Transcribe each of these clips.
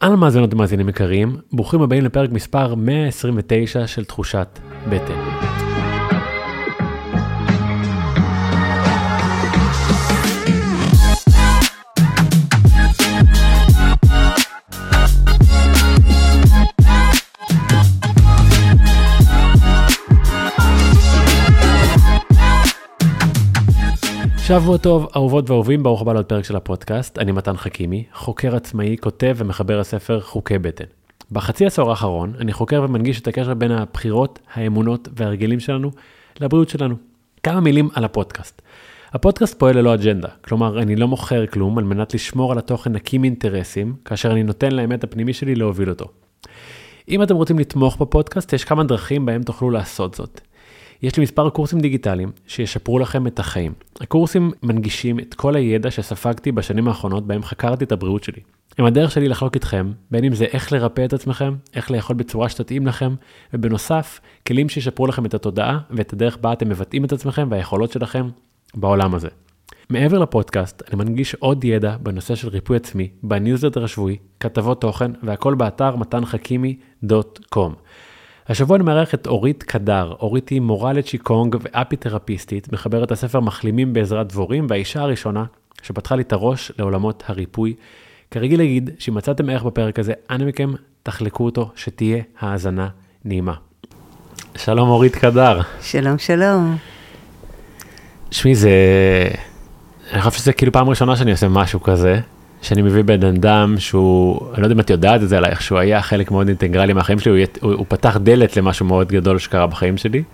על מאזינות ומאזינים יקרים, ברוכים הבאים לפרק מספר 129 של תחושת בטן. שבוע טוב, אהובות ואהובים, ברוך הבא לעוד פרק של הפודקאסט. אני מתן חכימי, חוקר עצמאי, כותב ומחבר הספר חוקי בטן. בחצי העשור האחרון אני חוקר ומנגיש את הקשר בין הבחירות, האמונות וההרגלים שלנו לבריאות שלנו. כמה מילים על הפודקאסט. הפודקאסט פועל ללא אג'נדה, כלומר אני לא מוכר כלום על מנת לשמור על התוכן נקי מאינטרסים, כאשר אני נותן לאמת הפנימי שלי להוביל אותו. אם אתם רוצים לתמוך בפודקאסט, יש כמה דרכים בהם תוכלו לעשות זאת. יש לי מספר קורסים דיגיטליים שישפרו לכם את החיים. הקורסים מנגישים את כל הידע שספגתי בשנים האחרונות בהם חקרתי את הבריאות שלי. הם הדרך שלי לחלוק איתכם, בין אם זה איך לרפא את עצמכם, איך לאכול בצורה שתתאים לכם, ובנוסף, כלים שישפרו לכם את התודעה ואת הדרך בה אתם מבטאים את עצמכם והיכולות שלכם בעולם הזה. מעבר לפודקאסט, אני מנגיש עוד ידע בנושא של ריפוי עצמי, בניוזלטר השבועי, כתבות תוכן, והכל באתר מתנחכימי.com. השבוע אני מארח את אורית קדר. אורית היא מורה לצ'יקונג ואפיתרפיסטית, מחברת הספר מחלימים בעזרת דבורים, והאישה הראשונה שפתחה לי את הראש לעולמות הריפוי. כרגיל להגיד שמצאתם ערך בפרק הזה, אנא מכם תחלקו אותו, שתהיה האזנה נעימה. שלום אורית קדר. שלום שלום. שמי אני חושב שזה כאילו פעם ראשונה שאני עושה משהו כזה, שאני מביא בן אדם שהוא, אני לא יודע אם את יודעת את זה עלייך, שהוא היה חלק מאוד אינטגרלי מהחיים שלי, הוא פתח דלת למשהו מאוד גדול שקרה בחיים שלי,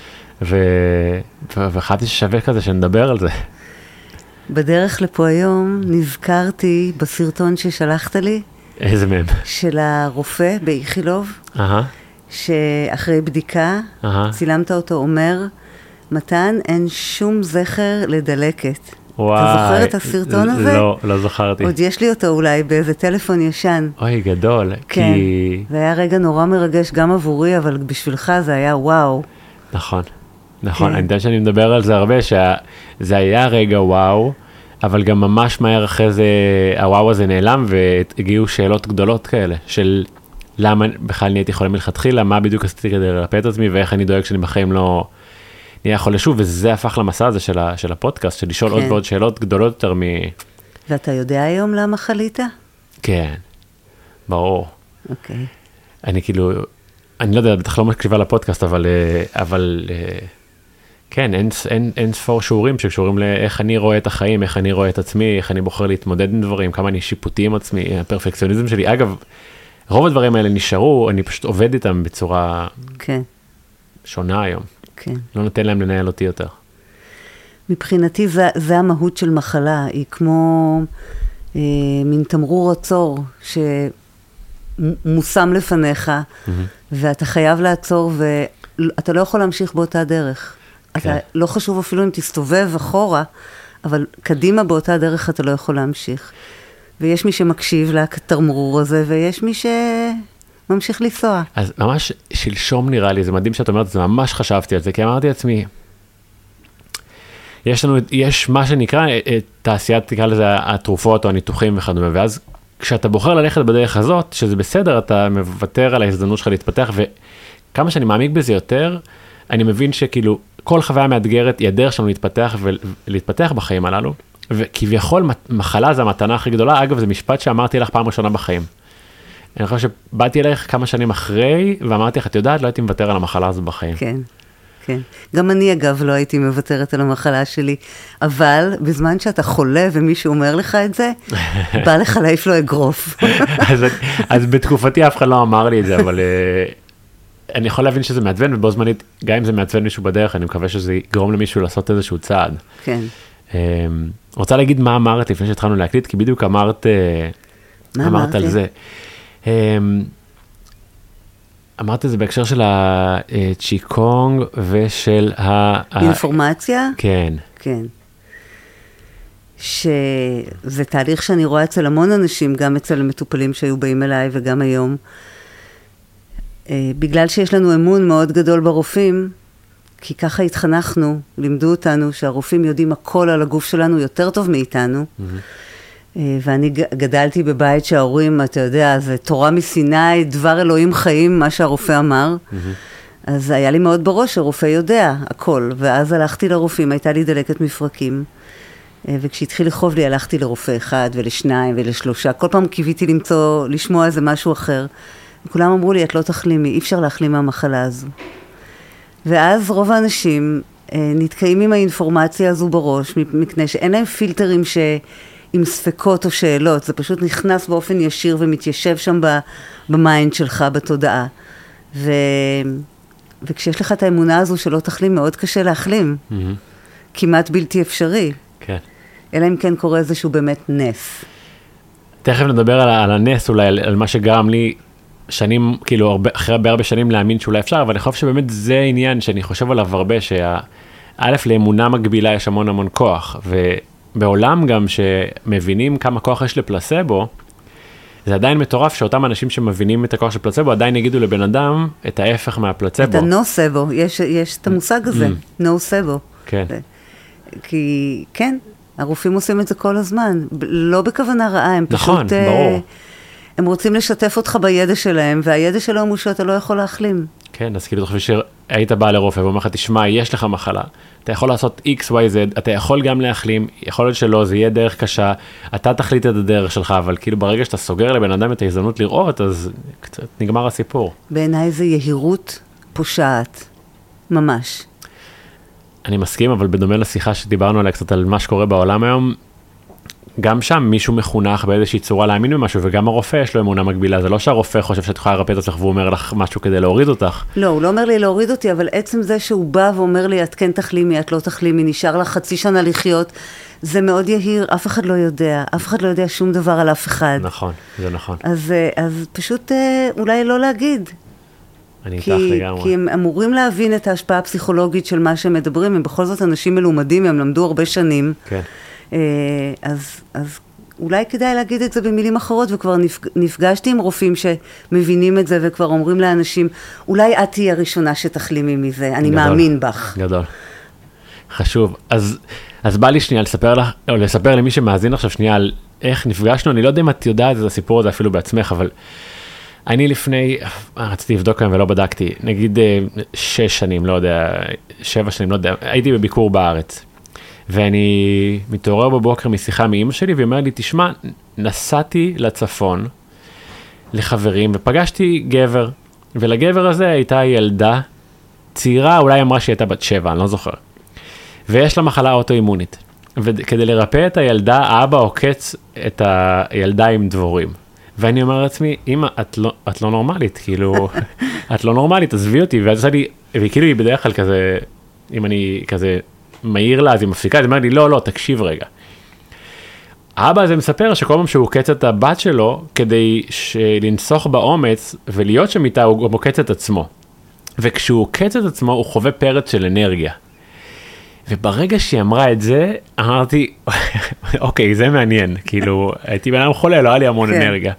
וחשבתי ששווה כזה שנדבר על זה. בדרך לפה היום נזכרתי בסרטון ששלחת לי. איזה מהם? של הרופא באיכילוב, שאחרי בדיקה צילמת אותו אומר, מתן אין שום זכר לדלקת. אתה זוכר את הסרטון הזה? לא זכרתי. עוד יש לי אותו אולי באיזה טלפון ישן. אוי, גדול. כן, זה היה רגע נורא מרגש גם עבורי, אבל בשבילך זה היה וואו. נכון. אני יודע שאני מדבר על זה הרבה, שזה היה רגע וואו, אבל גם ממש מהר אחרי זה, הוואו הזה נעלם, והגיעו שאלות גדולות כאלה, של למה בכלל נהייתי חולה מלכתחילה, מה בדיוק עשיתי כדי לרפא את עצמי, ואיך אני דואג שאני בחיים לא נהיה חולה שוב, וזה הפך למסע הזה של הפודקאסט, של לשאול עוד ועוד שאלות גדולות יותר ואתה יודע היום למה חלית? כן, ברור. אוקיי. אני לא יודע, בטח לא מקשיבה לפודקאסט, אבל כן, אין ספור שיעורים שקשורים לאיך אני רואה את החיים, איך אני רואה את עצמי, איך אני בוחר להתמודד עם דברים, כמה אני שיפוטי עם עצמי, הפרפקציוניזם שלי. אגב, רוב הדברים האלה נשארו, אני פשוט עובד איתם בצורה שונה היום. כן. לא נותן להם לנהל אותי יותר. מבחינתי זה המהות של מחלה, היא כמו מין תמרור עצור שמושם לפניך, ואתה חייב לעצור ואתה לא יכול להמשיך באותה דרך. אתה לא חשוב אפילו אם תסתובב אחורה, אבל קדימה באותה דרך אתה לא יכול להמשיך. ויש מי שמקשיב לתמרור הזה, ויש מי ממשיך לנסוע. אז ממש שלשום נראה לי, זה מדהים שאת אומרת, זה ממש חשבתי על זה, כי אמרתי לעצמי, יש מה שנקרא, תעשיית, תקרא לזה התרופות או הניתוחים וכדומה, ואז כשאתה בוחר ללכת בדרך הזאת, שזה בסדר, אתה מוותר על ההזדמנות שלך להתפתח, וכמה שאני מעמיק בזה יותר, אני מבין שכאילו, כל חוויה מאתגרת היא הדרך שלנו להתפתח בחיים הללו, וכביכול מחלה זה המתנה הכי גדולה. אגב, זה משפט שאמרתי לך פעם ראשונה בחיים. אני חושב שבאתי אליך כמה שנים אחרי, ואמרתי לך, את יודעת, לא הייתי מוותר על המחלה הזאת בחיים. כן, כן. גם אני, אגב, לא הייתי מוותרת על המחלה שלי, אבל בזמן שאתה חולה ומישהו אומר לך את זה, בא לך להעיף לו אגרוף. אז בתקופתי אף אחד לא אמר לי את זה, אבל אני יכול להבין שזה מעצבן, ובו זמנית, גם אם זה מעצבן מישהו בדרך, אני מקווה שזה יגרום למישהו לעשות איזשהו צעד. כן. רוצה להגיד מה אמרת לפני שהתחלנו להקליט, כי בדיוק אמרת על זה. אמרת את זה בהקשר של הצ'יקונג ושל אינפורמציה? כן. כן. שזה תהליך שאני רואה אצל המון אנשים, גם אצל המטופלים שהיו באים אליי וגם היום. בגלל שיש לנו אמון מאוד גדול ברופאים, כי ככה התחנכנו, לימדו אותנו שהרופאים יודעים הכל על הגוף שלנו יותר טוב מאיתנו, ואני גדלתי בבית שההורים, אתה יודע, זה תורה מסיני, דבר אלוהים חיים, מה שהרופא אמר. אז היה לי מאוד בראש, הרופא יודע הכל, ואז הלכתי לרופאים, הייתה לי דלקת מפרקים, וכשהתחיל לכאוב לי, הלכתי לרופא אחד ולשניים ולשלושה, כל פעם קיוויתי לשמוע איזה משהו אחר, וכולם אמרו לי, את לא תחלימי, אי אפשר להחלים מהמחלה הזו. ואז רוב האנשים נתקעים עם האינפורמציה הזו בראש, מפני שאין להם פילטרים עם ספקות או שאלות, זה פשוט נכנס באופן ישיר ומתיישב שם במיינד שלך, בתודעה. וכשיש לך את האמונה הזו שלא תחלים, מאוד קשה להחלים. כמעט בלתי אפשרי. כן. אלא אם כן קורה איזשהו באמת נס. תכף נדבר על הנס, אולי על מה שגרם לי שנים, כאילו אחרי הרבה שנים להאמין שאולי אפשר, אבל אני חושב שבאמת זה עניין שאני חושב עליו הרבה, א', לאמונה מגבילה יש המון כוח, ובעולם גם שמבינים כמה כוח יש לפלסבו, זה עדיין מטורף שאותם אנשים שמבינים את הכוח של פלסבו, עדיין יגידו לבן אדם את ההפך מהפלסבו. את הנוסבו, יש את המושג הזה, נוסבו. כן. כי כן, הרופאים עושים את זה כל הזמן, לא בכוונה רעה, הם פשוט... נכון, ברור. הם רוצים לשתף אותך בידע שלהם, והידע שלהם הוא שאתה לא יכול להחלים. כן, אז כאילו אתה חושב שהיית בא לרופא ואומר לך, תשמע, יש לך מחלה, אתה יכול לעשות X, Y, Z, אתה יכול גם להחלים, יכול להיות שלא, זה יהיה דרך קשה, אתה תחליט את הדרך שלך, אבל כאילו ברגע שאתה סוגר לבן אדם את ההזדמנות לראות, אז קצת נגמר הסיפור. בעיניי זה יהירות פושעת, ממש. אני מסכים, אבל בדומה לשיחה שדיברנו עליה קצת על מה שקורה בעולם היום, גם שם מישהו מחונך באיזושהי צורה להאמין במשהו, וגם הרופא יש לו אמונה מגבילה, זה לא שהרופא חושב שאת יכולה לרפא את עצמך והוא אומר לך משהו כדי להוריד אותך. לא, הוא לא אומר לי להוריד אותי, אבל עצם זה שהוא בא ואומר לי, את כן תחלימי, את לא תחלימי, נשאר לך חצי שנה לחיות, זה מאוד יהיר, אף אחד לא יודע, אף אחד לא יודע שום דבר על אף אחד. נכון, זה נכון. אז פשוט אולי לא להגיד. אני איתך לגמרי. כי הם אמורים להבין את ההשפעה הפסיכולוגית של מה שהם מדברים, הם בכל זאת אנשים מלומדים, הם למדו הרבה שנים. כן. אז אולי כדאי להגיד את זה במילים אחרות, וכבר נפגשתי עם רופאים שמבינים את זה, וכבר אומרים לאנשים, אולי את תהיי הראשונה שתחלימי מזה, אני מאמין בך. גדול. חשוב. אז בא לי שנייה לספר למי שמאזין עכשיו שנייה על איך נפגשנו, אני לא יודע אם את יודעת את הסיפור הזה אפילו בעצמך, אבל אני לפני, רציתי לבדוק היום ולא בדקתי, נגיד 6 שנים, לא יודע, 7 שנים, לא יודע, הייתי בביקור בארץ. ואני מתעורר בבוקר משיחה מאמא שלי, והיא אומרת לי, תשמע, נסעתי לצפון לחברים, ופגשתי גבר, ולגבר הזה הייתה ילדה צעירה, אולי אמרה שהיא הייתה בת 7, אני לא זוכר. ויש לה מחלה אוטואימונית. וכדי לרפא את הילדה, האבא עוקץ את הילדה עם דבורים. ואני אומר לעצמי, אמא, את לא נורמלית, כאילו, את לא נורמלית, עזבי אותי, ואז עושה לי, וכאילו היא בדרך כלל כזה, אם אני כזה מהיר לה, אז היא מפסיקה, אז היא אומרת לי, לא, תקשיב רגע. האבא הזה מספר שכל פעם שהוא עוקץ את הבת שלו, כדי לנסוך באומץ ולהיות שם איתה, הוא עוקץ את עצמו. וכשהוא עוקץ את עצמו, הוא חווה פרץ של אנרגיה. וברגע שהיא אמרה את זה, אמרתי, אוקיי, זה מעניין. כאילו, הייתי בן אדם חולה, לא היה לי המון אנרגיה.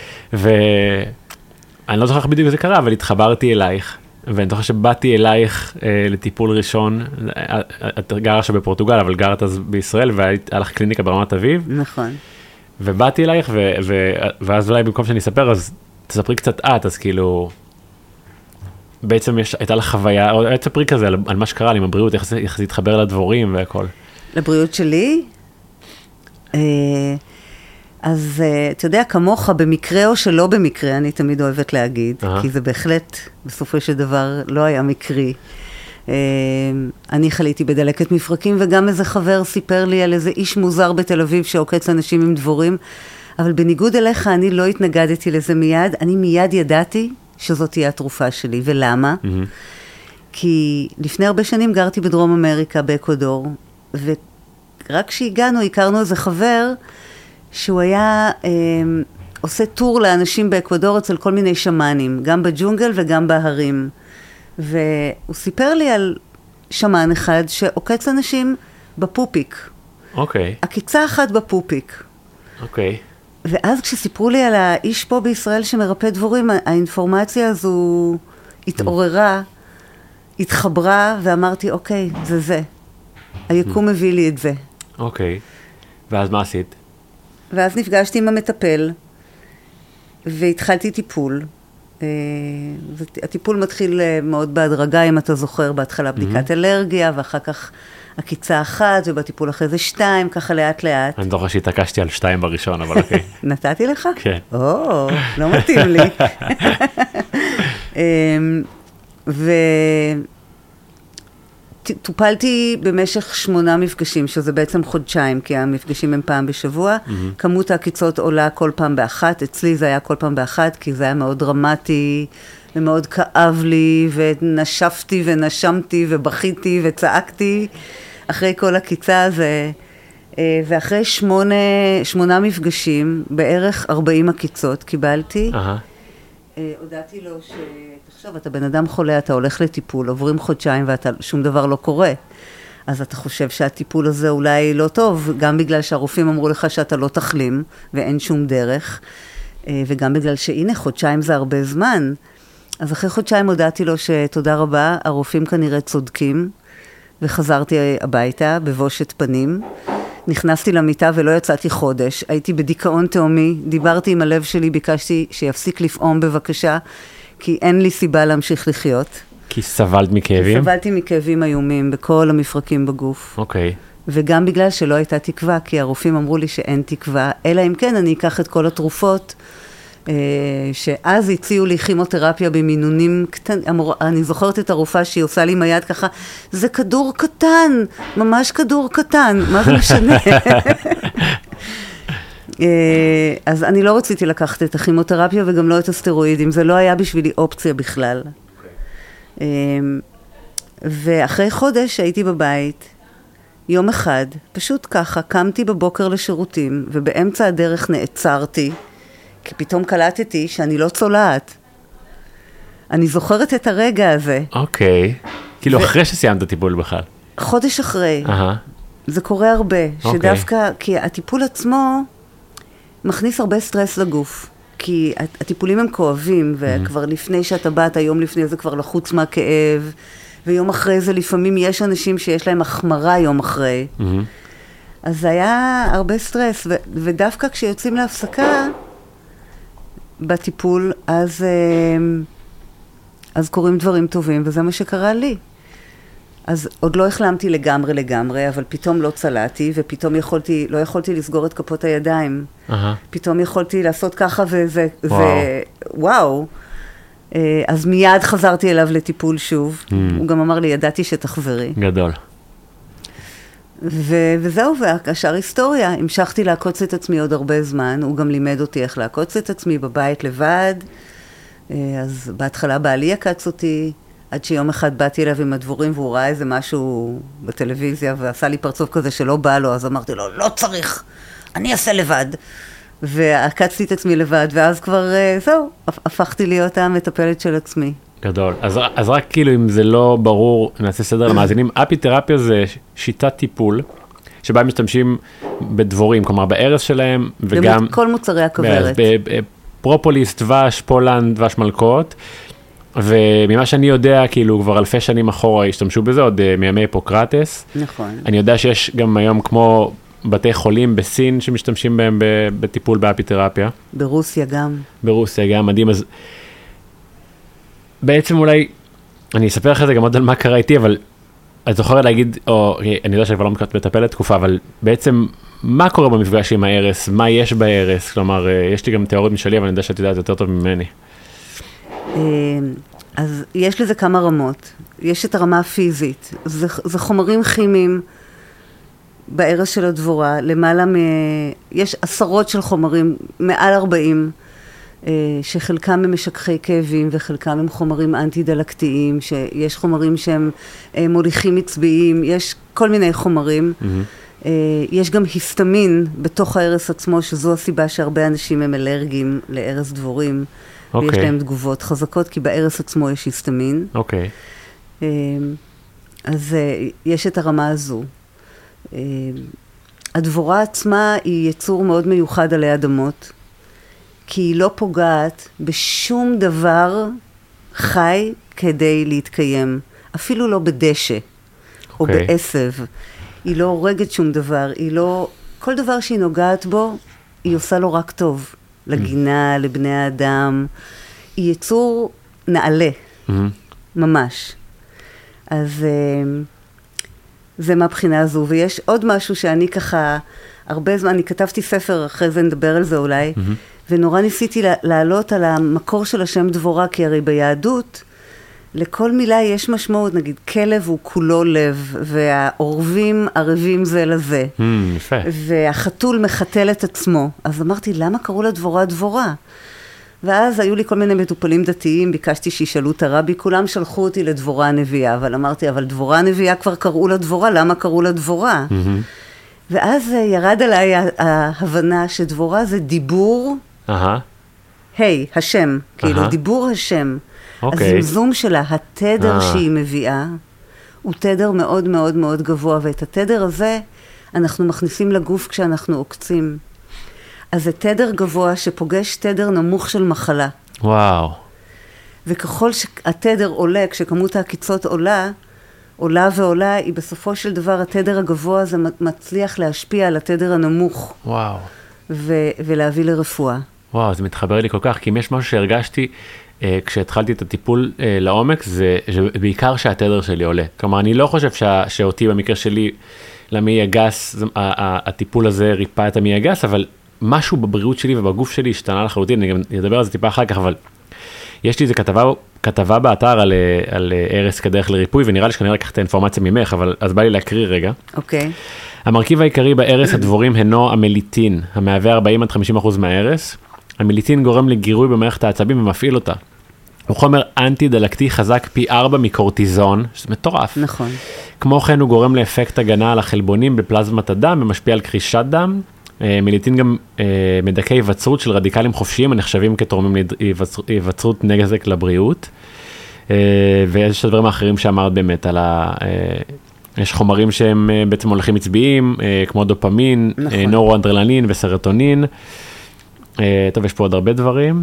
ואני לא זוכר בדיוק זה קרה, אבל התחברתי אלייך. ואני זוכר שבאתי אלייך לטיפול ראשון, את גרה עכשיו בפורטוגל, אבל גרת אז בישראל, והיה לך קליניקה ברמת אביב. נכון. ובאתי אלייך, ואז אולי במקום שאני אספר, אז תספרי קצת אז כאילו, בעצם הייתה לך חוויה, או תספרי כזה על מה שקרה לי עם הבריאות, איך זה התחבר לדבורים והכל. לבריאות שלי? אז אתה יודע, כמוך, במקרה או שלא במקרה, אני תמיד אוהבת להגיד, כי זה בהחלט, בסופו של דבר, לא היה מקרי. אני חליתי בדלקת מפרקים, וגם איזה חבר סיפר לי על איזה איש מוזר בתל אביב שעוקץ אנשים עם דבורים, אבל בניגוד אליך, אני לא התנגדתי לזה מיד, אני מיד ידעתי שזאת תהיה התרופה שלי. ולמה? כי לפני הרבה שנים גרתי בדרום אמריקה, באקוודור, ורק כשהגענו, הכרנו איזה חבר, שהוא היה עושה טור לאנשים באקוודור אצל כל מיני שמנים, גם בג'ונגל וגם בהרים. והוא סיפר לי על שמן אחד שעוקץ אנשים בפופיק. אוקיי. עקיצה אחת בפופיק. אוקיי. ואז כשסיפרו לי על האיש פה בישראל שמרפא דבורים, האינפורמציה הזו התעוררה, התחברה, ואמרתי, אוקיי, זה. היקום מביא לי את זה. אוקיי. ואז מה עשית? ואז נפגשתי עם המטפל, והתחלתי טיפול. הטיפול מתחיל מאוד בהדרגה, אם אתה זוכר, בהתחלה בדיקת אלרגיה, ואחר כך עקיצה 1, ובטיפול אחרי זה 2, ככה לאט לאט. אני זוכר שהתעקשתי על 2 בראשון, אבל אוקיי. נתתי לך? כן. לא מתאים לי. וטופלתי במשך 8 מפגשים, שזה בעצם חודשיים, כי המפגשים הם פעם בשבוע. כמות העקיצות עולה כל פעם באחת, אצלי זה היה כל פעם באחת, כי זה היה מאוד דרמטי, ומאוד כאב לי, ונשפתי ונשמתי ובכיתי וצעקתי אחרי כל עקיצה הזה. ואחרי 8 מפגשים, בערך 40 עקיצות קיבלתי. הודעתי לו תחשוב, אתה בן אדם חולה, אתה הולך לטיפול, עוברים חודשיים ושום דבר לא קורה. אז אתה חושב שהטיפול הזה אולי לא טוב, גם בגלל שהרופאים אמרו לך שאתה לא תחלים, ואין שום דרך, וגם בגלל שהנה, חודשיים זה הרבה זמן. אז אחרי חודשיים הודעתי לו שתודה רבה, הרופאים כנראה צודקים, וחזרתי הביתה בבושת פנים. נכנסתי למיטה ולא יצאתי חודש, הייתי בדיכאון תאומי, דיברתי עם הלב שלי, ביקשתי שיפסיק לפעום בבקשה, כי אין לי סיבה להמשיך לחיות. כי סבלת מכאבים? סבלתי מכאבים איומים בכל המפרקים בגוף. אוקיי. וגם בגלל שלא הייתה תקווה, כי הרופאים אמרו לי שאין תקווה, אלא אם כן אני אקח את כל התרופות, שאז הציעו לי כימותרפיה במינונים קטנים, אני זוכרת את הרופאה שהיא עושה לי עם היד ככה, זה כדור קטן, ממש כדור קטן, מה זה משנה? אז אני לא רציתי לקחת את הכימותרפיה וגם לא את הסטרואידים, זה לא היה בשבילי אופציה בכלל. ואחרי חודש הייתי בבית, יום אחד, פשוט ככה, קמתי בבוקר לשירותים, ובאמצע הדרך נעצרתי, כי פתאום קלטתי שאני לא צולעת. אני זוכרת את הרגע הזה. אוקיי. כאילו אחרי שסיימת הטיפול בכלל. חודש אחרי. זה קורה הרבה. שדווקא, כי הטיפול עצמו מכניס הרבה סטרס לגוף. כי הטיפולים הם כואבים, וכבר לפני שאתה באת, היום לפני זה כבר לחוץ מהכאב, ויום אחרי זה לפעמים יש אנשים שיש להם החמרה יום אחרי. אז זה היה הרבה סטרס, ודווקא כשיוצאים להפסקה, בטיפול, אז קורים דברים טובים, וזה מה שקרה לי. אז עוד לא החלמתי לגמרי, אבל פתאום לא צלעתי, ופתאום לא יכולתי לסגור את כפות הידיים. פתאום יכולתי לעשות ככה, וואו. אז מיד חזרתי אליו לטיפול שוב. הוא גם אמר לי, ידעתי שתחזרי. גדול. וזהו, והשאר היסטוריה. המשכתי לעקוץ את עצמי עוד הרבה זמן, הוא גם לימד אותי איך לעקוץ את עצמי בבית לבד, אז בהתחלה בעלי עקץ אותי, עד שיום אחד באתי אליו עם הדבורים, והוא ראה איזה משהו בטלוויזיה, ועשה לי פרצוף כזה שלא בא לו, אז אמרתי לו, לא צריך, אני אעשה לבד. ועקצתי את עצמי לבד, ואז כבר, זהו, הפכתי להיות המטפלת של עצמי. גדול. אז רק כאילו, אם זה לא ברור, נעשה סדר למאזינים, אפיתרפיה זה שיטת טיפול, שבה משתמשים בדבורים, כלומר בארץ שלהם, וגם... כל מוצרי הכוורת. פרופוליס, דבש, פולנד, דבש מלכות, וממה שאני יודע, כאילו כבר אלפי שנים אחורה השתמשו בזה, עוד מימי היפוקרטס. נכון. אני יודע שיש גם היום כמו בתי חולים בסין שמשתמשים בהם בטיפול באפיתרפיה. ברוסיה גם. ברוסיה גם, מדהים. אז בעצם אולי, אני אספר לך את זה גם עוד על מה קרה איתי, אבל את זוכרת להגיד, או אני יודע שכבר לא מטפלת תקופה, אבל בעצם מה קורה במפגש עם הערס? מה יש בערס? כלומר, יש לי גם תיאוריות משלי, אבל אני יודע שאת יודעת יותר טוב ממני. אז יש לזה כמה רמות. יש את הרמה הפיזית. זה חומרים כימיים בערס של הדבורה, למעלה יש עשרות של חומרים, מעל 40, שחלקם הם משככי כאבים, וחלקם הם חומרים אנטי-דלקתיים, שיש חומרים שהם מוליכים עצביים, יש כל מיני חומרים. יש גם היסטמין בתוך הערס עצמו, שזו הסיבה שהרבה אנשים הם אלרגיים לערס דבורים, ויש להם תגובות חזקות, כי בערס עצמו יש היסטמין. אוקיי. אז יש את הרמה הזו. הדבורה עצמה היא יצור מאוד מיוחד עלי אדמות, כי היא לא פוגעת בשום דבר חי כדי להתקיים, אפילו לא בדשא או בעשב. היא לא הורגת שום דבר, כל דבר שהיא נוגעת בו היא עושה לו רק טוב, לגינה, לבני האדם. היא יצור נעלה, ממש. אז זה מהבחינה הזו, ויש עוד משהו שאני ככה, הרבה זמן, אני כתבתי ספר, אחרי זה נדבר על זה אולי, ונורא ניסיתי לעלות על המקור של השם דבורה, כי הרי ביהדות, לכל מילה יש משמעות, נגיד, כלב הוא כולו לב, והעורבים ערבים זה לזה. יפה. והחתול מחתל את עצמו. אז אמרתי, למה קראו לה דבורה דבורה? ואז היו לי כל מיני מטופלים דתיים, ביקשתי שישאלו את הרבי, כולם שלחו אותי לדבורה הנביאה, אבל אמרתי, אבל דבורה הנביאה כבר קראו לה דבורה, למה קראו לה דבורה? ואז ירד עליי ההבנה שדבורה זה דיבור, השם, כאילו דיבור השם. הזמזום שלה, התדר שהיא מביאה, הוא תדר מאוד מאוד מאוד גבוה, ואת התדר הזה אנחנו מכניסים לגוף כשאנחנו עוקצים. אז זה תדר גבוה שפוגש תדר נמוך של מחלה. וואו. וככל שהתדר עולה, כשכמות העקיצות עולה ועולה, היא בסופו של דבר, התדר הגבוה הזה מצליח להשפיע על התדר הנמוך. וואו. ולהביא לרפואה. וואו, זה מתחבר לי כל כך, כי אם יש משהו שהרגשתי, כשהתחלתי את הטיפול לעומק, זה בעיקר שהתדר שלי עולה. כלומר, אני לא חושב שאותי במקרה שלי, למעי הגס, הטיפול הזה ריפא את המעי הגס, אבל משהו בבריאות שלי ובגוף שלי השתנה לחלוטין, אני גם אדבר על זה טיפה אחר כך, אבל יש לי איזה כתבה באתר על ארס כדרך לריפוי, ונראה לי שכנראה לקחת את האינפורמציה ממך, אבל אז בא לי להקריא רגע. אוקיי. המרכיב העיקרי בארס הדבורים הינו המליטין, המהווה 40-50% מהארס. המליטין גורם לגירוי במערכת העצבים ומפעיל אותה. הוא חומר אנטי-דלקתי חזק פי 4 מקורטיזון, שזה מטורף. נכון. כמו כן הוא גורם לאפקט הגנה על החלבונים בפלזמת הדם ומשפיע על קרישת דם. מליטין גם מדכא היווצרות של רדיקלים חופשיים הנחשבים כתורמים להיווצרות נזק לבריאות. ויש הדברים האחרים שאמרת באמת על יש חומרים שהם בעצם הולכים עצביים, כמו דופמין, נכון. נורואדרנלין וסרטונין. טוב, יש פה עוד הרבה דברים.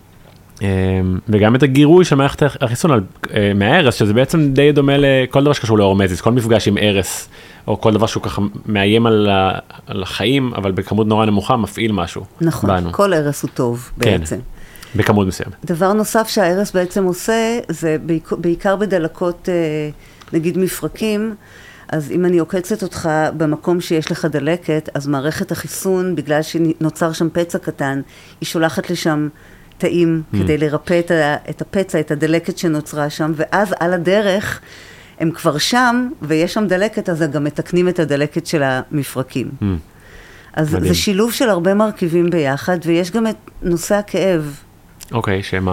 וגם את הגירוי של מערכת החיסון מהארס, שזה בעצם די דומה לכל דבר שקשור להורמזיס, כל מפגש עם ארס, או כל דבר שהוא ככה מאיים על החיים, אבל בכמות נורא נמוכה מפעיל משהו. נכון, בנו. כל ארס הוא טוב בעצם. כן, בכמות מסוימת. דבר נוסף שהארס בעצם עושה, זה בעיקר בדלקות, נגיד מפרקים, אז אם אני עוקצת אותך במקום שיש לך דלקת, אז מערכת החיסון, בגלל שנוצר שם פצע קטן, היא שולחת לשם תאים כדי לרפא את הפצע, את הדלקת שנוצרה שם, ואז על הדרך הם כבר שם, ויש שם דלקת, אז גם מתקנים את הדלקת של המפרקים. אז זה שילוב של הרבה מרכיבים ביחד, ויש גם את נושא הכאב. אוקיי, שמה?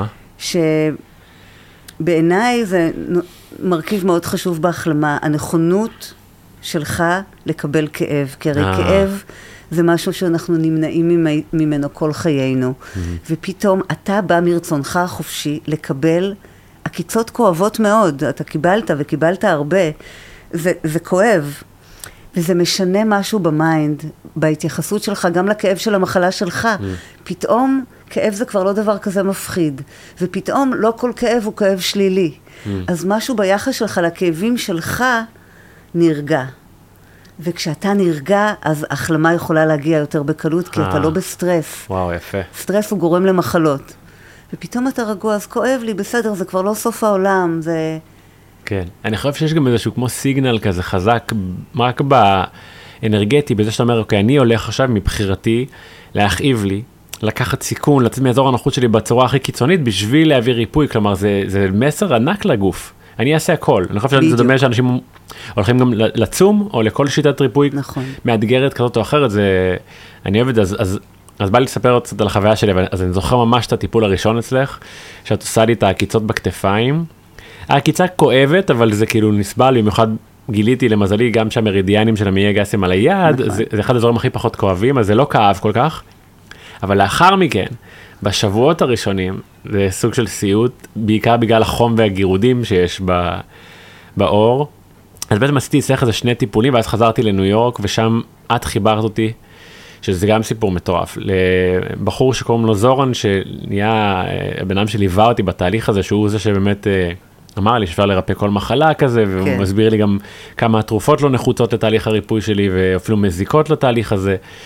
שבעיניי זה מרכיב מאוד חשוב בהחלמה, הנכונות שלך לקבל כאב, כי הרי כאב זה משהו שאנחנו נמנעים ממנו כל חיינו, ופתאום אתה בא מרצונך החופשי לקבל עקיצות כואבות מאוד, אתה קיבלת וקיבלת הרבה, זה כואב, וזה משנה משהו במיינד, בהתייחסות שלך, גם לכאב של המחלה שלך, פתאום כאב זה כבר לא דבר כזה מפחיד, ופתאום לא כל כאב הוא כאב שלילי, אז משהו ביחס שלך לכאבים שלך נרגע. וכשאתה נרגע, אז החלמה יכולה להגיע יותר בקלות, כי אתה לא בסטרס. וואו, יפה. סטרס הוא גורם למחלות. ופתאום אתה רגוע, אז כואב לי, בסדר, זה כבר לא סוף העולם, זה... כן, אני חושב שיש גם איזשהו כמו סיגנל כזה חזק, רק באנרגטי, בזה שאתה אומר, אוקיי, אני הולך עכשיו מבחירתי להכאיב לי, לקחת סיכון, לצאת מאזור הנוחות שלי בצורה הכי קיצונית, בשביל להביא ריפוי, כלומר, זה מסר ענק לגוף. אני אעשה הכל. אני חושב שזה דומה שאנשים הולכים גם לצום, או לכל שיטת ריפוי מאתגרת כזאת או אחרת, אני אוהב את זה, אז בא לי לספר קצת על החוויה שלי, אז אני זוכר ממש את הטיפול הראשון אצלך, שאת עושה לי את העקיצות בכתפיים. העקיצה כואבת, אבל זה כאילו נסבל, במיוחד גיליתי למזלי גם שהמרידיאנים של המעי הגס הם על היד, זה אחד הדברים הכי פחות כואבים, אז זה לא כאב כל כך. אבל לאחר מכן, בשבועות הראשונים, זה סוג של סיוט, בעיקר בגלל החום והגירודים שיש באור. אז בעצם עשיתי אצלך איזה 2 טיפולים, ואז חזרתי לניו יורק, ושם את חיברת אותי, שזה גם סיפור מטורף, לבחור שקוראים לו זורן, שנהיה הבן אדם שליווה אותי בתהליך הזה, שהוא זה שבאמת אמר לי שאפשר לרפא כל מחלה כזה, והוא מסביר לי גם כמה התרופות לא נחוצות לתהליך הריפוי שלי, ואפילו מזיקות לתהליך הזה.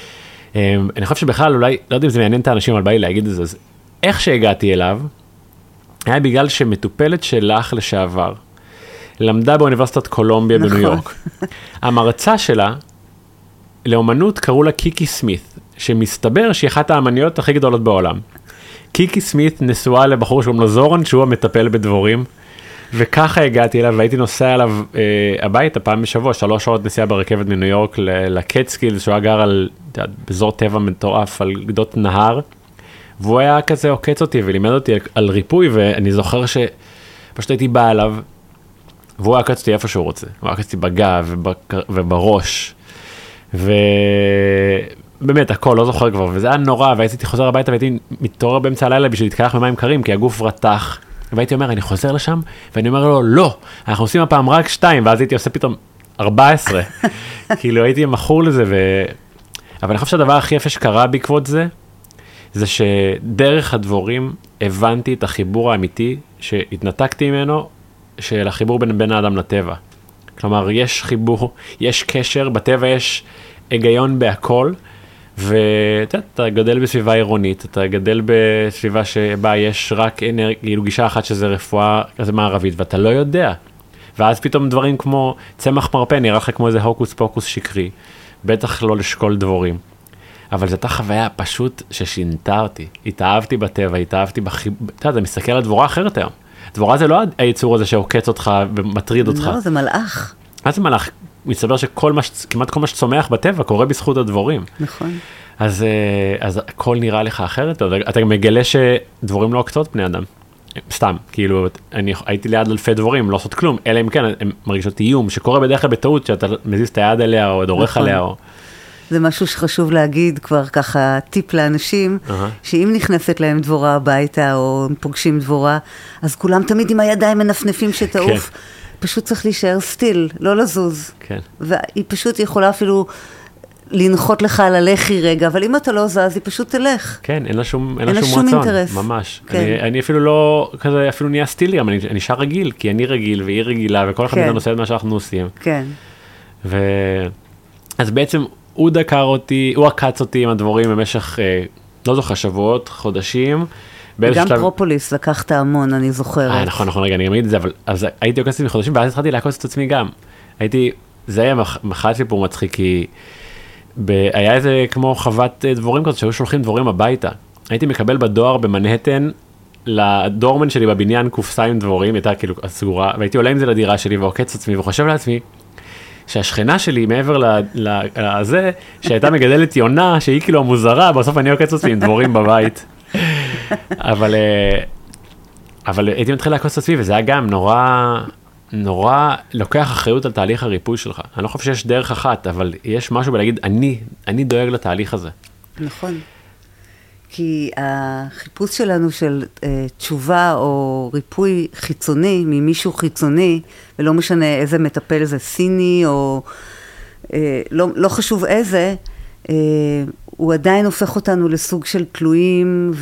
אני חושב שבכלל, אולי, לא יודע אם זה מעניין את האנשים, אבל בא לי להגיד את זה, אז איך שהגעתי אליו, היה בגלל שמטופלת שלך לשעבר, למדה באוניברסיטת קולומביה בניו יורק. המרצה שלה, לאומנות קראו לה קיקי סמית, שמסתבר שהיא אחת האמניות הכי גדולות בעולם. קיקי סמית נשואה לבחור שהוא זורן, שהוא המטפל בדבורים, וככה הגעתי אליו, והייתי נוסע אליו הביתה פעם בשבוע, 3 שעות נסיעה ברכבת מניו יורק לקטסקילס, שהוא גר על באזור טבע מטורף, על גדות נהר, והוא היה כזה עוקץ אותי ולימד אותי על ריפוי, ואני זוכר שפשוט הייתי בא אליו, והוא עקץ אותי איפה שהוא רוצה, הוא עקץ אותי בגב ובראש, ובאמת הכל, לא זוכר כבר, וזה היה נורא, והייתי חוזר הביתה והייתי מתעורר באמצע הלילה בשביל להתקלח במים קרים, כי הגוף רתח, והייתי אומר, אני חוזר לשם, ואני אומר לו, לא, אנחנו עושים הפעם רק 2, ואז הייתי עושה פתאום 14, כאילו הייתי מכור לזה, אבל אני חושב שהדבר הכי יפה שקרה בעקבות זה, זה שדרך הדבורים הבנתי את החיבור האמיתי, שהתנתקתי ממנו, של החיבור בין בן האדם לטבע. כלומר, יש חיבור, יש קשר, בטבע יש היגיון בהכל, ואתה גדל בסביבה עירונית, אתה גדל בסביבה שבה יש רק גישה אחת שזה רפואה כזה מערבית, ואתה לא יודע. ואז פתאום דברים כמו צמח מרפא נראה לך כמו איזה הוקוס פוקוס שקרי, בטח לא לשקול דבורים. אבל זו הייתה חוויה פשוט ששינתה אותי. התאהבתי בטבע, התאהבתי אתה יודע, מסתכל על דבורה אחרת היום. דבורה זה לא היצור הזה שעוקץ אותך ומטריד אותך. לא, זה מלאך. מה זה מלאך? מסתבר שכמעט כל מה שצומח בטבע קורה בזכות הדבורים. נכון. אז הכל נראה לך אחרת, אתה מגלה שדבורים לא עוקצות בני אדם. סתם, כאילו, אני הייתי ליד אלפי דבורים, לא עושות כלום, אלא אם כן, הם מרגישות איום, שקורה בדרך כלל בטעות, שאתה מזיז את היד אליה, או דורך עליה, או... זה משהו שחשוב להגיד כבר ככה טיפ לאנשים, שאם נכנסת להם דבורה הביתה, או הם פוגשים דבורה, אז כולם תמיד עם הידיים מנפנפים שתעוף, פשוט צריך להישאר סטיל, לא לזוז. כן. והיא פשוט יכולה אפילו לנחות לך על הלחי רגע, אבל אם אתה לא זז, היא פשוט תלך. כן, אין לה שום רצון. אינטרס. ממש. אני אפילו לא, כזה, אפילו נהיה סטילי, אבל אני נשאר רגיל, כי אני רגיל והיא רגילה, וכל אחד מאיתנו עושה את מה שאנחנו עושים. כן. אז בעצם הוא דקר אותי, הוא עקץ אותי עם הדבורים במשך, לא זוכר, שבועות, חודשים. גם פרופוליס לקחת המון, אני זוכרת. נכון, רגע, אני אגיד את זה, אבל אז הייתי עוקץ מחודשים, ואז התחלתי לעקוץ את עצמי גם. זה היה מחד סיפור מצחיק, כי היה איזה כמו חוות דבורים כזאת, שהיו שולחים דבורים הביתה. הייתי מקבל בדואר במנהטן, לדורמן שלי בבניין קופסה עם דבורים, הייתה כאילו סגורה, והייתי עולה עם זה לדירה שלי, ועוקץ עצמי, וחושב לעצמי, שהשכנה שלי מעבר לזה, שהייתה מגדלת יונה, שהיא כאילו המוזרה, בסוף אני עוקץ עצמי עם דבורים בבית. אבל הייתי מתחיל לעקוץ עצמי, וזה היה גם נורא לוקח אחריות על תהליך הריפוי שלך. אני לא חושב שיש דרך אחת, אבל יש משהו בלהגיד, אני דואג לתהליך הזה. נכון. כי החיפוש שלנו של תשובה או ריפוי חיצוני, ממישהו חיצוני, ולא משנה איזה מטפל זה סיני, או לא חשוב איזה, הוא עדיין הופך אותנו לסוג של תלויים,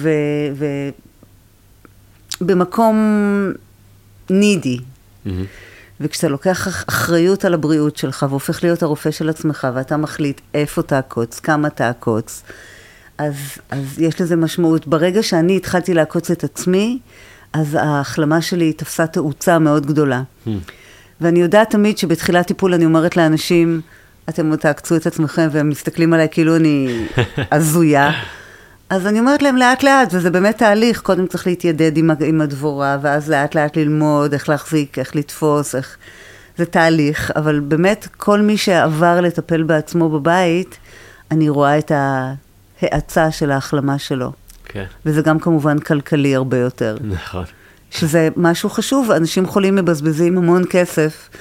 ובמקום נידי. וכשאתה לוקח אחריות על הבריאות שלך, והופך להיות הרופא של עצמך, ואתה מחליט איפה תעקוץ, כמה תעקוץ, אז יש לזה משמעות. ברגע שאני התחלתי לעקוץ את עצמי, אז ההחלמה שלי תפסה תאוצה מאוד גדולה. ואני יודעת תמיד שבתחילת טיפול אני אומרת לאנשים, אתם תעקצו את עצמכם, והם מסתכלים עליי כאילו אני הזויה. אז אני אומרת להם לאט לאט, וזה באמת תהליך, קודם צריך להתיידד עם הדבורה, ואז לאט לאט ללמוד איך להחזיק, איך לתפוס, זה תהליך, אבל באמת כל מי שעבר לטפל בעצמו בבית, אני רואה את ההאצה של ההחלמה שלו. כן. וזה גם כמובן כלכלי הרבה יותר. נכון. שזה משהו חשוב, אנשים חולים מבזבזים המון כסף,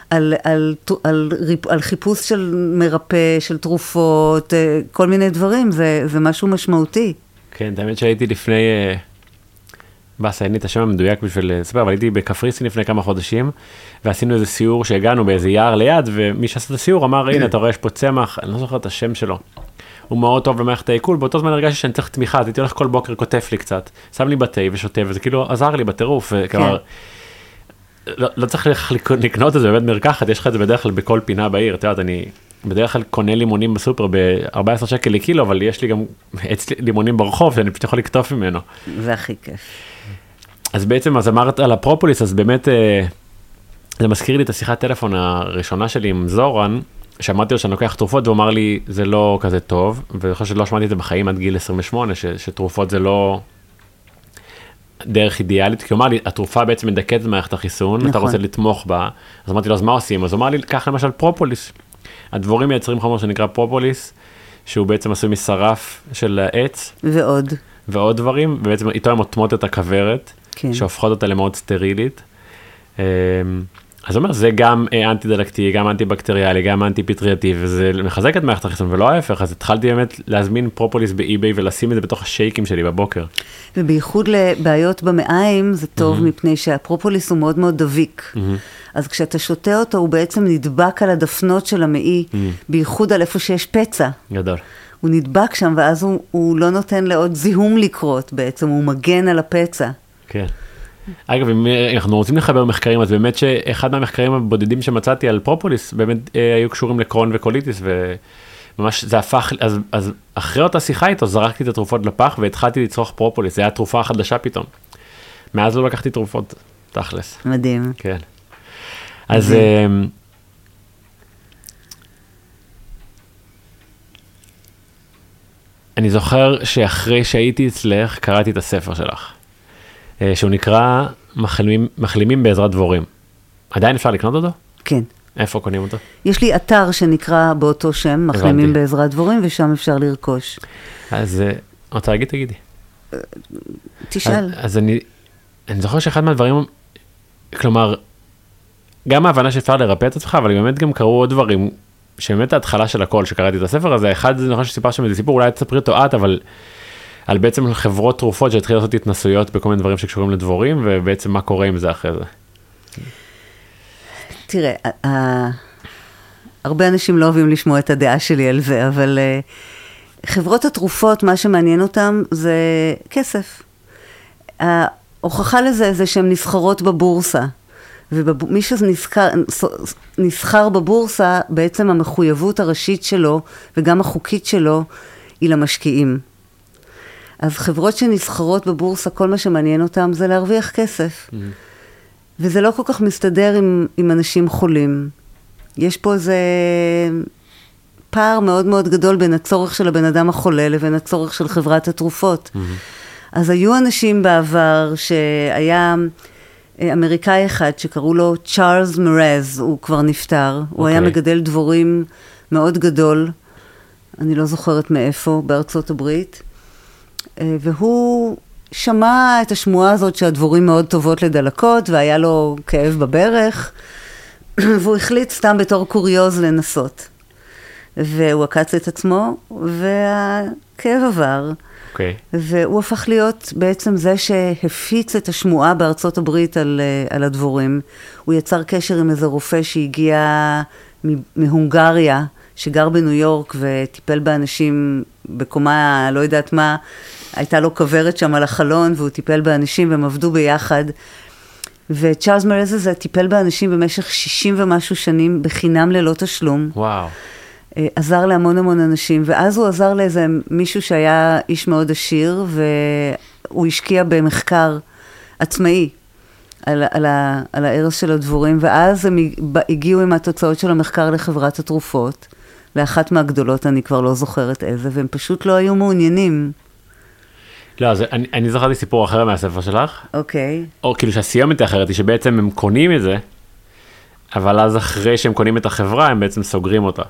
על חיפוש של מרפא, של תרופות, כל מיני דברים, זה משהו משמעותי. כן, האמת שהייתי לפני, אין לי את השם המדויק בשביל לספר, אבל הייתי בקפריסין לפני כמה חודשים, ועשינו איזה סיור שהגענו באיזה יער ליד, ומי שעשה את הסיור אמר, הנה, אתה רואה, יש פה צמח, אני לא זוכר את השם שלו. הוא מאוד טוב במערכת העיכול, באותו זמן הרגשתי שאני צריך תמיכה, אז הייתי הולך כל בוקר, כותב לי קצת, שם לי בתי ושוטה, וזה כאילו עזר לי בטירוף, וכבר, לא צריך לקנות את זה בבית מרקחת, יש לך את זה בדרך כלל בכל פינה בעיר, אתה יודע, בדרך כלל קונה לימונים בסופר ב-14 שקל לקילו, אבל יש לי גם לימונים ברחוב, שאני פשוט יכול לקטוף ממנו. זה הכי כיף. אז בעצם, אז אמרת על הפרופוליס, אז באמת, זה מזכיר לי את השיחת טלפון הראשונה שלי עם זורן, שאמרתי לו שאני לוקח תרופות, והוא אמר לי, זה לא כזה טוב, ואני חושב שלא שמעתי את זה בחיים עד גיל 28, שתרופות זה לא דרך אידיאלית, כי הוא אמר לי, התרופה בעצם מדכאת את מערכת החיסון, נכון. אתה רוצה לתמוך בה, אז אמרתי לו, אז מה עושים? אז הוא אמר לי, קח למשל פרופוליס. הדבורים מייצרים חומר שנקרא פרופוליס, שהוא בעצם עשוי משרף של העץ. ועוד דברים, ובעצם איתו הם עוטמות את הכוורת, כן. שהופכות אותה למאוד סטרילית. אז הוא אומר, זה גם אנטי-דלקתי, גם אנטי-בקטריאלי, גם אנטי-פטריאתי, וזה מחזק את מערכת החיסון, ולא ההפך, אז התחלתי באמת להזמין פרופוליס באי-ביי, ולשים את זה בתוך השייקים שלי בבוקר. ובייחוד לבעיות במעיים, זה טוב מפני שהפרופוליס הוא מאוד מאוד דביק. אז כשאתה שותה אותו, הוא בעצם נדבק על הדפנות של המעי, בייחוד על איפה שיש פצע. גדול. הוא נדבק שם, ואז הוא לא נותן לעוד זיהום לקרות בעצם, הוא מגן על הפצע. כן. אגב, אם אנחנו רוצים לחבר מחקרים, אז באמת שאחד מהמחקרים הבודדים שמצאתי על פרופוליס, באמת היו קשורים לקרון וקוליטיס, וממש זה הפך, אז אחרי אותה שיחה איתו, זרקתי את התרופות לפח, והתחלתי לצרוך פרופוליס, זה היה תרופה חדשה פתאום. מאז לא לקחתי תרופות, תכלס. מדהים. כן. אז אני זוכר שאחרי שהייתי אצלך, קראתי את הספר שלך. שהוא נקרא מחלימים בעזרת דבורים. עדיין אפשר לקנות אותו? כן. איפה קונים אותו? יש לי אתר שנקרא באותו שם, מחלימים בעזרת דבורים, ושם אפשר לרכוש. אז רוצה להגיד, תגידי. תשאל. אז אני זוכר שאחד מהדברים, כלומר, גם ההבנה שאפשר לרפא את עצמך, אבל באמת גם קראו עוד דברים, שבאמת ההתחלה של הכל, שקראתי את הספר הזה, אחד זה נכון שסיפר שם איזה סיפור, אולי תספרי אותו את, אבל על בעצם חברות תרופות שהתחיל לעשות התנסויות בכל מיני דברים שקשורים לדבורים, ובעצם מה קורה עם זה אחרי זה. תראה, הרבה אנשים לא אוהבים לשמוע את הדעה שלי על זה, אבל חברות התרופות, מה שמעניין אותם זה כסף. ההוכחה לזה זה שהן נסחרות בבורסה, ומי שנסחר בבורסה, בעצם המחויבות הראשית שלו, וגם החוקית שלו, היא למשקיעים. אז חברות שנסחרות בבורסה, כל מה שמעניין אותם זה להרוויח כסף. וזה לא כל כך מסתדר עם אנשים חולים. יש פה איזה פער מאוד מאוד גדול בין הצורך של הבן אדם החולה לבין הצורך של חברת התרופות. אז היו אנשים בעבר שהיה אמריקאי אחד שקראו לו צ'ארלס מרז, הוא כבר נפטר. הוא היה מגדל דבורים מאוד גדול, אני לא זוכרת מאיפה, בארצות הברית. והוא שמע את השמועה הזאת שהדבורים מאוד טובות לדלקות, והיה לו כאב בברך, והוא החליט סתם בתור קוריוז לנסות. והוא עקץ את עצמו, והכאב עבר. והוא הפך להיות בעצם זה שהפיץ את השמועה בארצות הברית על הדבורים. הוא יצר קשר עם איזה רופא שהגיע מהונגריה, שגר בניו יורק וטיפל באנשים בקומה, לא יודעת מה, הייתה לו כוורת שם על החלון, והוא טיפל באנשים והם עבדו ביחד. וצ'ארלס מרז הזה טיפל באנשים במשך 60 ומשהו שנים, בחינם ללא תשלום. וואו. עזר להמון המון אנשים, ואז הוא עזר לאיזה מישהו שהיה איש מאוד עשיר, והוא השקיע במחקר עצמאי על הערס של הדבורים, ואז הם הגיעו עם התוצאות של המחקר לחברת התרופות, לאחת מהגדולות, אני כבר לא זוכרת איזה, והם פשוט לא היו מעוניינים. לא, אז אני זכרתי סיפור אחר מהספר שלך. אוקיי. או כאילו שהסיומת האחרת היא שבעצם הם קונים את זה, אבל אז אחרי שהם קונים את החברה, הם בעצם סוגרים אותה.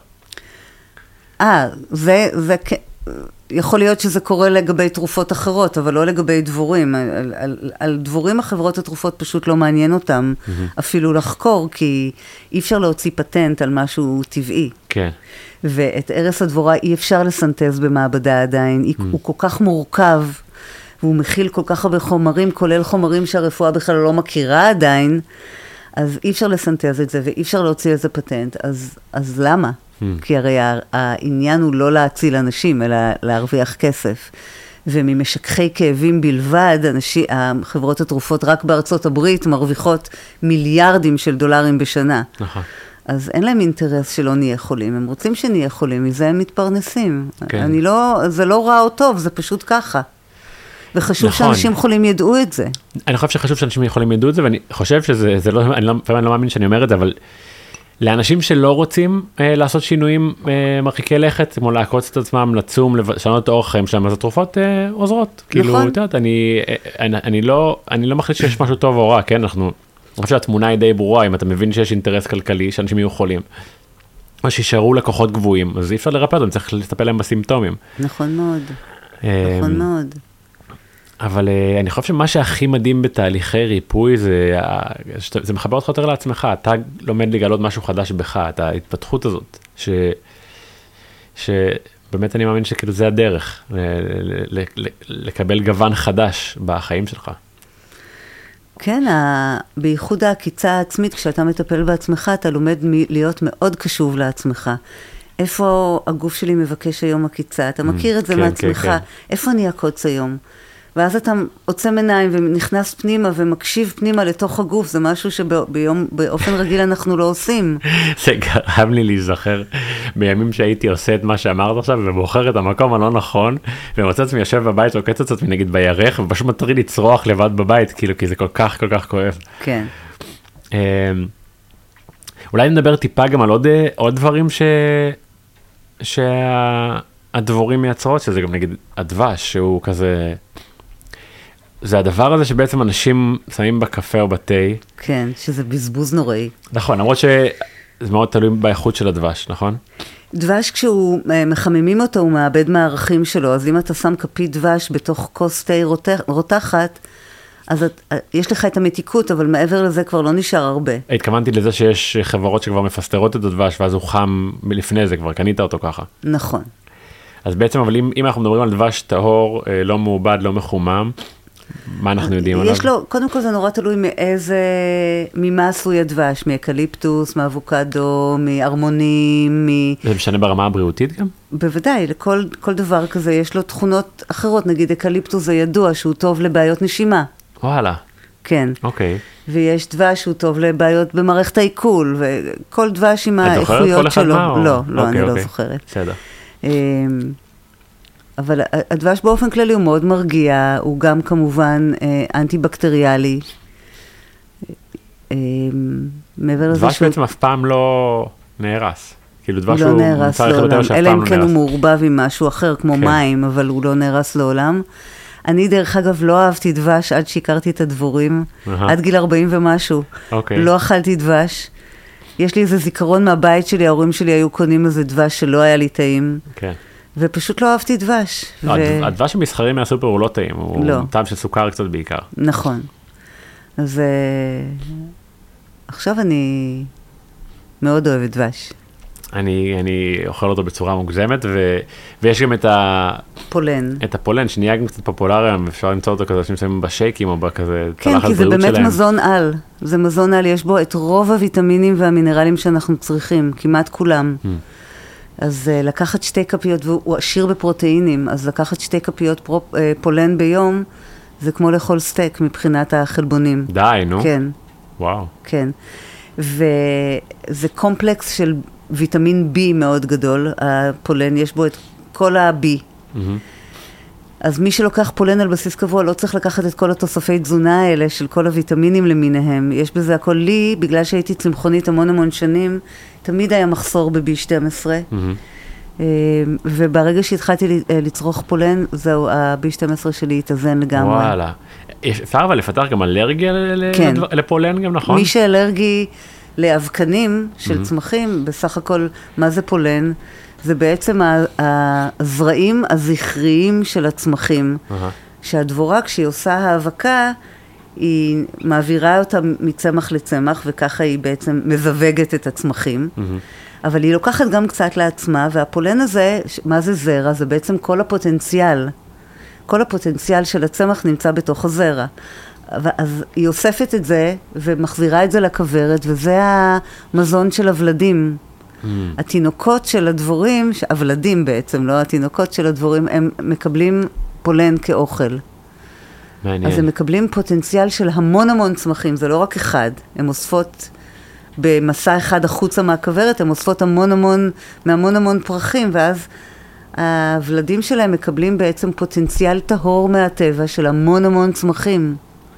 זה יכול להיות שזה קורה לגבי תרופות אחרות, אבל לא לגבי דבורים. על דבורים החברות התרופות פשוט לא מעניין אותם אפילו לחקור, כי אי אפשר להוציא פטנט על משהו טבעי. כן. ואת ערס הדבורה אי אפשר לסנטז במעבדה עדיין. הוא כל כך מורכב, והוא מכיל כל כך הרבה חומרים, כולל חומרים שהרפואה בכלל לא מכירה עדיין, אז אי אפשר לסנטז את זה, ואי אפשר להוציא איזה פטנט. אז למה? כי הרי העניין הוא לא להציל אנשים, אלא להרוויח כסף. וממשככי כאבים בלבד, חברות התרופות רק בארצות הברית מרוויחות מיליארדים של דולרים בשנה. נכון. אז אין להם אינטרס שלא נהיה חולים, הם רוצים שנהיה חולים, מזה הם מתפרנסים. כן. זה לא רע או טוב, זה פשוט ככה. וחשוב נכון. שאנשים חולים ידעו את זה. אני חושב שחשוב שאנשים יכולים ידעו את זה, ואני חושב שזה לא, אני לא מאמין שאני אומר את זה, אבל לאנשים שלא רוצים לעשות שינויים מרחיקי לכת, כמו לעקוץ את עצמם, לצום, לשנות את אורח החיים שלהם, אז התרופות עוזרות. כאילו, את יודעת, אני לא מחליט שיש משהו טוב או רע, כן? אני חושב שהתמונה היא די ברורה, אם אתה מבין שיש אינטרס כלכלי, שאנשים יהיו חולים. או שישארו לקוחות גבוהים, אז אי אפשר לרפא אותם, צריך לטפל להם בסימפטומים. נכון מאוד. נכון מאוד. אבל אני חושב שמה שהכי מדהים בתהליכי ריפוי, זה מחבר אותך יותר לעצמך, אתה לומד לגלות משהו חדש בך, את ההתפתחות הזאת, שבאמת אני מאמין שכאילו זה הדרך, לקבל גוון חדש בחיים שלך. כן, בייחוד העקיצה העצמית, כשאתה מטפל בעצמך, אתה לומד להיות מאוד קשוב לעצמך. איפה הגוף שלי מבקש היום עקיצה? אתה מכיר את זה מעצמך, איפה אני אעקוץ היום? ואז אתה עוצם עיניים ונכנס פנימה ומקשיב פנימה לתוך הגוף, זה משהו שבאופן רגיל אנחנו לא עושים. זה גרם לי להיזכר בימים שהייתי עושה את מה שאמרת עכשיו, ובוחר את המקום הלא נכון, ומוצא עצמי יושב בבית, עוקץ את עצמי נגיד בירך, ופשוט מתחיל לצרוח לבד בבית, כאילו, כי זה כל כך כל כך כואב. כן. אולי נדבר טיפה גם על עוד דברים שהדבורים מייצרות, שזה גם נגיד הדבש, שהוא כזה... זה הדבר הזה שבעצם אנשים שמים בקפה או בתה. כן, שזה בזבוז נוראי. נכון, למרות שזה מאוד תלוי באיכות של הדבש, נכון? דבש כשהוא מחממים אותו, הוא מאבד מהערכים שלו, אז אם אתה שם כפית דבש בתוך כוס תה רותחת, אז יש לך את המתיקות, אבל מעבר לזה כבר לא נשאר הרבה. התכוונתי לזה שיש חברות שכבר מפסטרות את הדבש, ואז הוא חם לפני זה, כבר קנית אותו ככה. נכון. אז בעצם, אבל אם אנחנו מדברים על דבש טהור, לא מעובד, לא מחומם, מה אנחנו יודעים עליו? יש לו, קודם כל זה נורא תלוי ממה עשוי הדבש, מאקליפטוס, מאבוקדו, מארמונים, זה משנה ברמה הבריאותית גם? בוודאי, לכל דבר כזה יש לו תכונות אחרות, נגיד אקליפטוס זה ידוע שהוא טוב לבעיות נשימה. וואלה. כן. אוקיי. ויש דבש שהוא טוב לבעיות במערכת העיכול, וכל דבש עם האיכויות שלו. לא, אני לא זוכרת. בסדר. אבל הדבש באופן כללי הוא מאוד מרגיע, הוא גם כמובן אנטי-בקטריאלי. דבש בעצם אף פעם לא נהרס. כאילו דבש הוא לא נהרס לעולם, אלא אם כן הוא מעורבב עם משהו אחר כמו מים, אבל הוא לא נהרס לעולם. אני דרך אגב לא אהבתי דבש עד שהכרתי את הדבורים, עד גיל 40 ומשהו. לא אכלתי דבש. יש לי איזה זיכרון מהבית שלי, ההורים שלי היו קונים איזה דבש שלא היה לי טעים. כן. ופשוט לא אהבתי דבש. הדבש המסחרי מהסופר הוא לא טעים, הוא טעם של סוכר קצת בעיקר. נכון. אז עכשיו אני מאוד אוהבת דבש. אני אוכל אותו בצורה מוגזמת, ויש גם את פולן. את הפולן, שנהיה גם קצת פופולרי, אפשר למצוא אותו כזה, שמים בשייקים או בכזה צלחת בריאות שלהם. כן, כי זה באמת מזון על. זה מזון על, יש בו את רוב הוויטמינים והמינרלים שאנחנו צריכים, כמעט כולם. אז לקחת 2 כפיות, והוא עשיר בפרוטאינים, אז לקחת 2 כפיות פולן ביום, זה כמו לאכול סטייק מבחינת החלבונים. די, נו. כן. וואו. כן. וזה קומפלקס של ויטמין B מאוד גדול, הפולן, יש בו את כל ה-B. אז מי שלוקח פולן על בסיס קבוע, לא צריך לקחת את כל התוספי תזונה האלה של כל הוויטמינים למיניהם. יש בזה הכל לי, בגלל שהייתי צמחונית המון שנים, תמיד היה מחסור ב-B12. וברגע שהתחלתי לצרוך פולן, זהו, ה-B12 שלי התאזן לגמרי. וואלה. אפשר אבל לפתח גם אלרגיה לפולן גם, נכון? מי שאלרגי לאבקנים של צמחים, בסך הכל, מה זה פולן? זה בעצם הזרעים הזכריים של הצמחים. שהדבורה, כשהיא עושה האבקה, היא מעבירה אותה מצמח לצמח, וככה היא בעצם מזווגת את הצמחים. אבל היא לוקחת גם קצת לעצמה, והפולן הזה, מה זה זרע? זה בעצם כל הפוטנציאל. כל הפוטנציאל של הצמח נמצא בתוך הזרע. אז היא אוספת את זה, ומחזירה את זה לכוורת, וזה המזון של הוולדים. התינוקות של הדבורים, הוולדים בעצם, לא התינוקות של הדבורים, הם מקבלים פולן כאוכל. מעניין. אז הם מקבלים פוטנציאל של המון צמחים, זה לא רק אחד. הם אוספות במסע אחד החוצה מהכוורת, הן אוספות מהמון המון פרחים, ואז הוולדים שלהם מקבלים בעצם פוטנציאל טהור מהטבע של המון צמחים.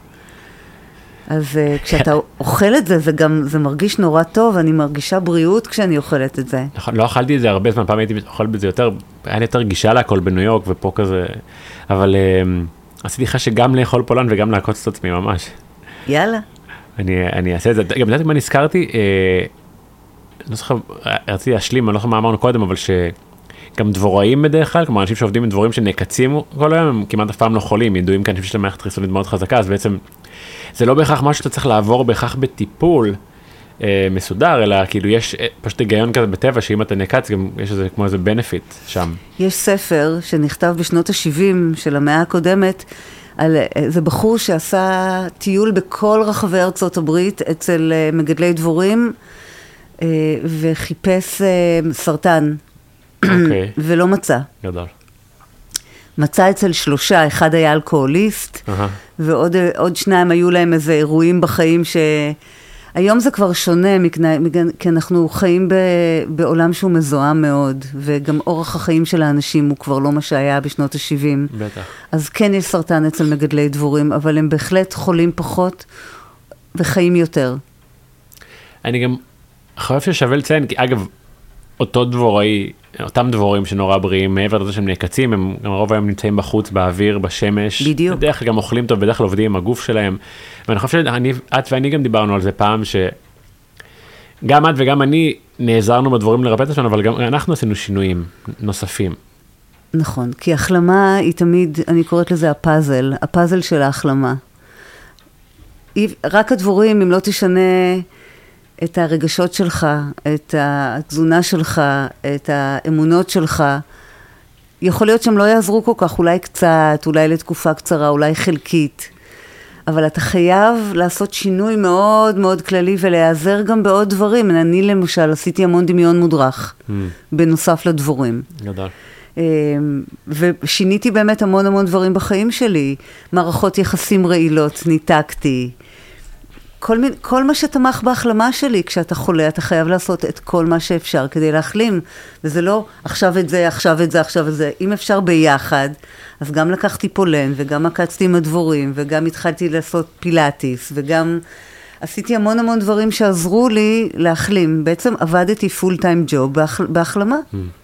אז כשאתה אוכל את זה, זה מרגיש נורא טוב, אני מרגישה בריאות כשאני אוכלת את זה. נכון, לא אכלתי את זה הרבה זמן, פעם הייתי אוכל בזה יותר, היה לי יותר גישה להכל בניו יורק ופה כזה, אבל עשיתי לך שגם לאכול פולן וגם לעקוץ את עצמי ממש. יאללה. אני אעשה את זה, גם יודעת מה נזכרתי, לא זוכר, רציתי להשלים, אני לא זוכר מה אמרנו קודם, אבל שגם דבוראים בדרך כלל, כמו אנשים שעובדים עם דבורים שנקצים כל היום, הם כמעט אף פעם לא חולים, ידועים כאן שיש להם מערכת חיסונית מאוד חזקה, אז בעצם זה לא בהכרח משהו שאתה צריך לעבור בהכרח בטיפול מסודר, אלא כאילו יש פשוט היגיון כזה בטבע, שאם אתה נקץ, גם יש איזה כמו איזה benefit שם. יש ספר שנכתב בשנות ה-70 של המאה הקודמת, זה בחור שעשה טיול בכל רחבי ארצות הברית אצל מגדלי דבורים, וחיפש סרטן, ולא מצא. גדול. מצא אצל 3, אחד היה אלכוהוליסט, ועוד 2 היו להם איזה אירועים בחיים היום זה כבר שונה, כי אנחנו חיים בעולם שהוא מזוהם מאוד, וגם אורח החיים של האנשים הוא כבר לא מה שהיה בשנות ה-70. בטח. אז כן יש סרטן אצל מגדלי דבורים, אבל הם בהחלט חולים פחות וחיים יותר. אני גם חושב ששווה לציין, כי אגב, אותם דבורים שנורא בריאים, מעבר לזה שהם נקצים, הם רוב היום נמצאים בחוץ, באוויר, בשמש. בדיוק. בדרך כלל גם אוכלים טוב, בדרך כלל עובדים עם הגוף שלהם. ואני חושב שאת ואני גם דיברנו על זה פעם, שגם את וגם אני נעזרנו בדבורים לרפא את עצמנו, אבל גם אנחנו עשינו שינויים נוספים. נכון, כי החלמה היא תמיד, אני קוראת לזה הפאזל של ההחלמה. רק הדבורים, אם לא תשנה את הרגשות שלך, את התזונה שלך, את האמונות שלך, יכול להיות שהם לא יעזרו כל כך, אולי קצת, אולי לתקופה קצרה, אולי חלקית. אבל אתה חייב לעשות שינוי מאוד מאוד כללי ולהיעזר גם בעוד דברים. אני למשל עשיתי המון דמיון מודרך, בנוסף לדבורים. גדול. ושיניתי באמת המון דברים בחיים שלי. מערכות יחסים רעילות, ניתקתי. כל מה שתמך בהחלמה שלי, כשאתה חולה, אתה חייב לעשות את כל מה שאפשר כדי להחלים. וזה לא עכשיו את זה, עכשיו את זה, עכשיו את זה. אם אפשר ביחד, אז גם לקחתי פולן, וגם עקצתי עם הדבורים, וגם התחלתי לעשות פילאטיס, וגם עשיתי המון דברים שעזרו לי להחלים. בעצם עבדתי פול טיים ג'וב בהחלמה.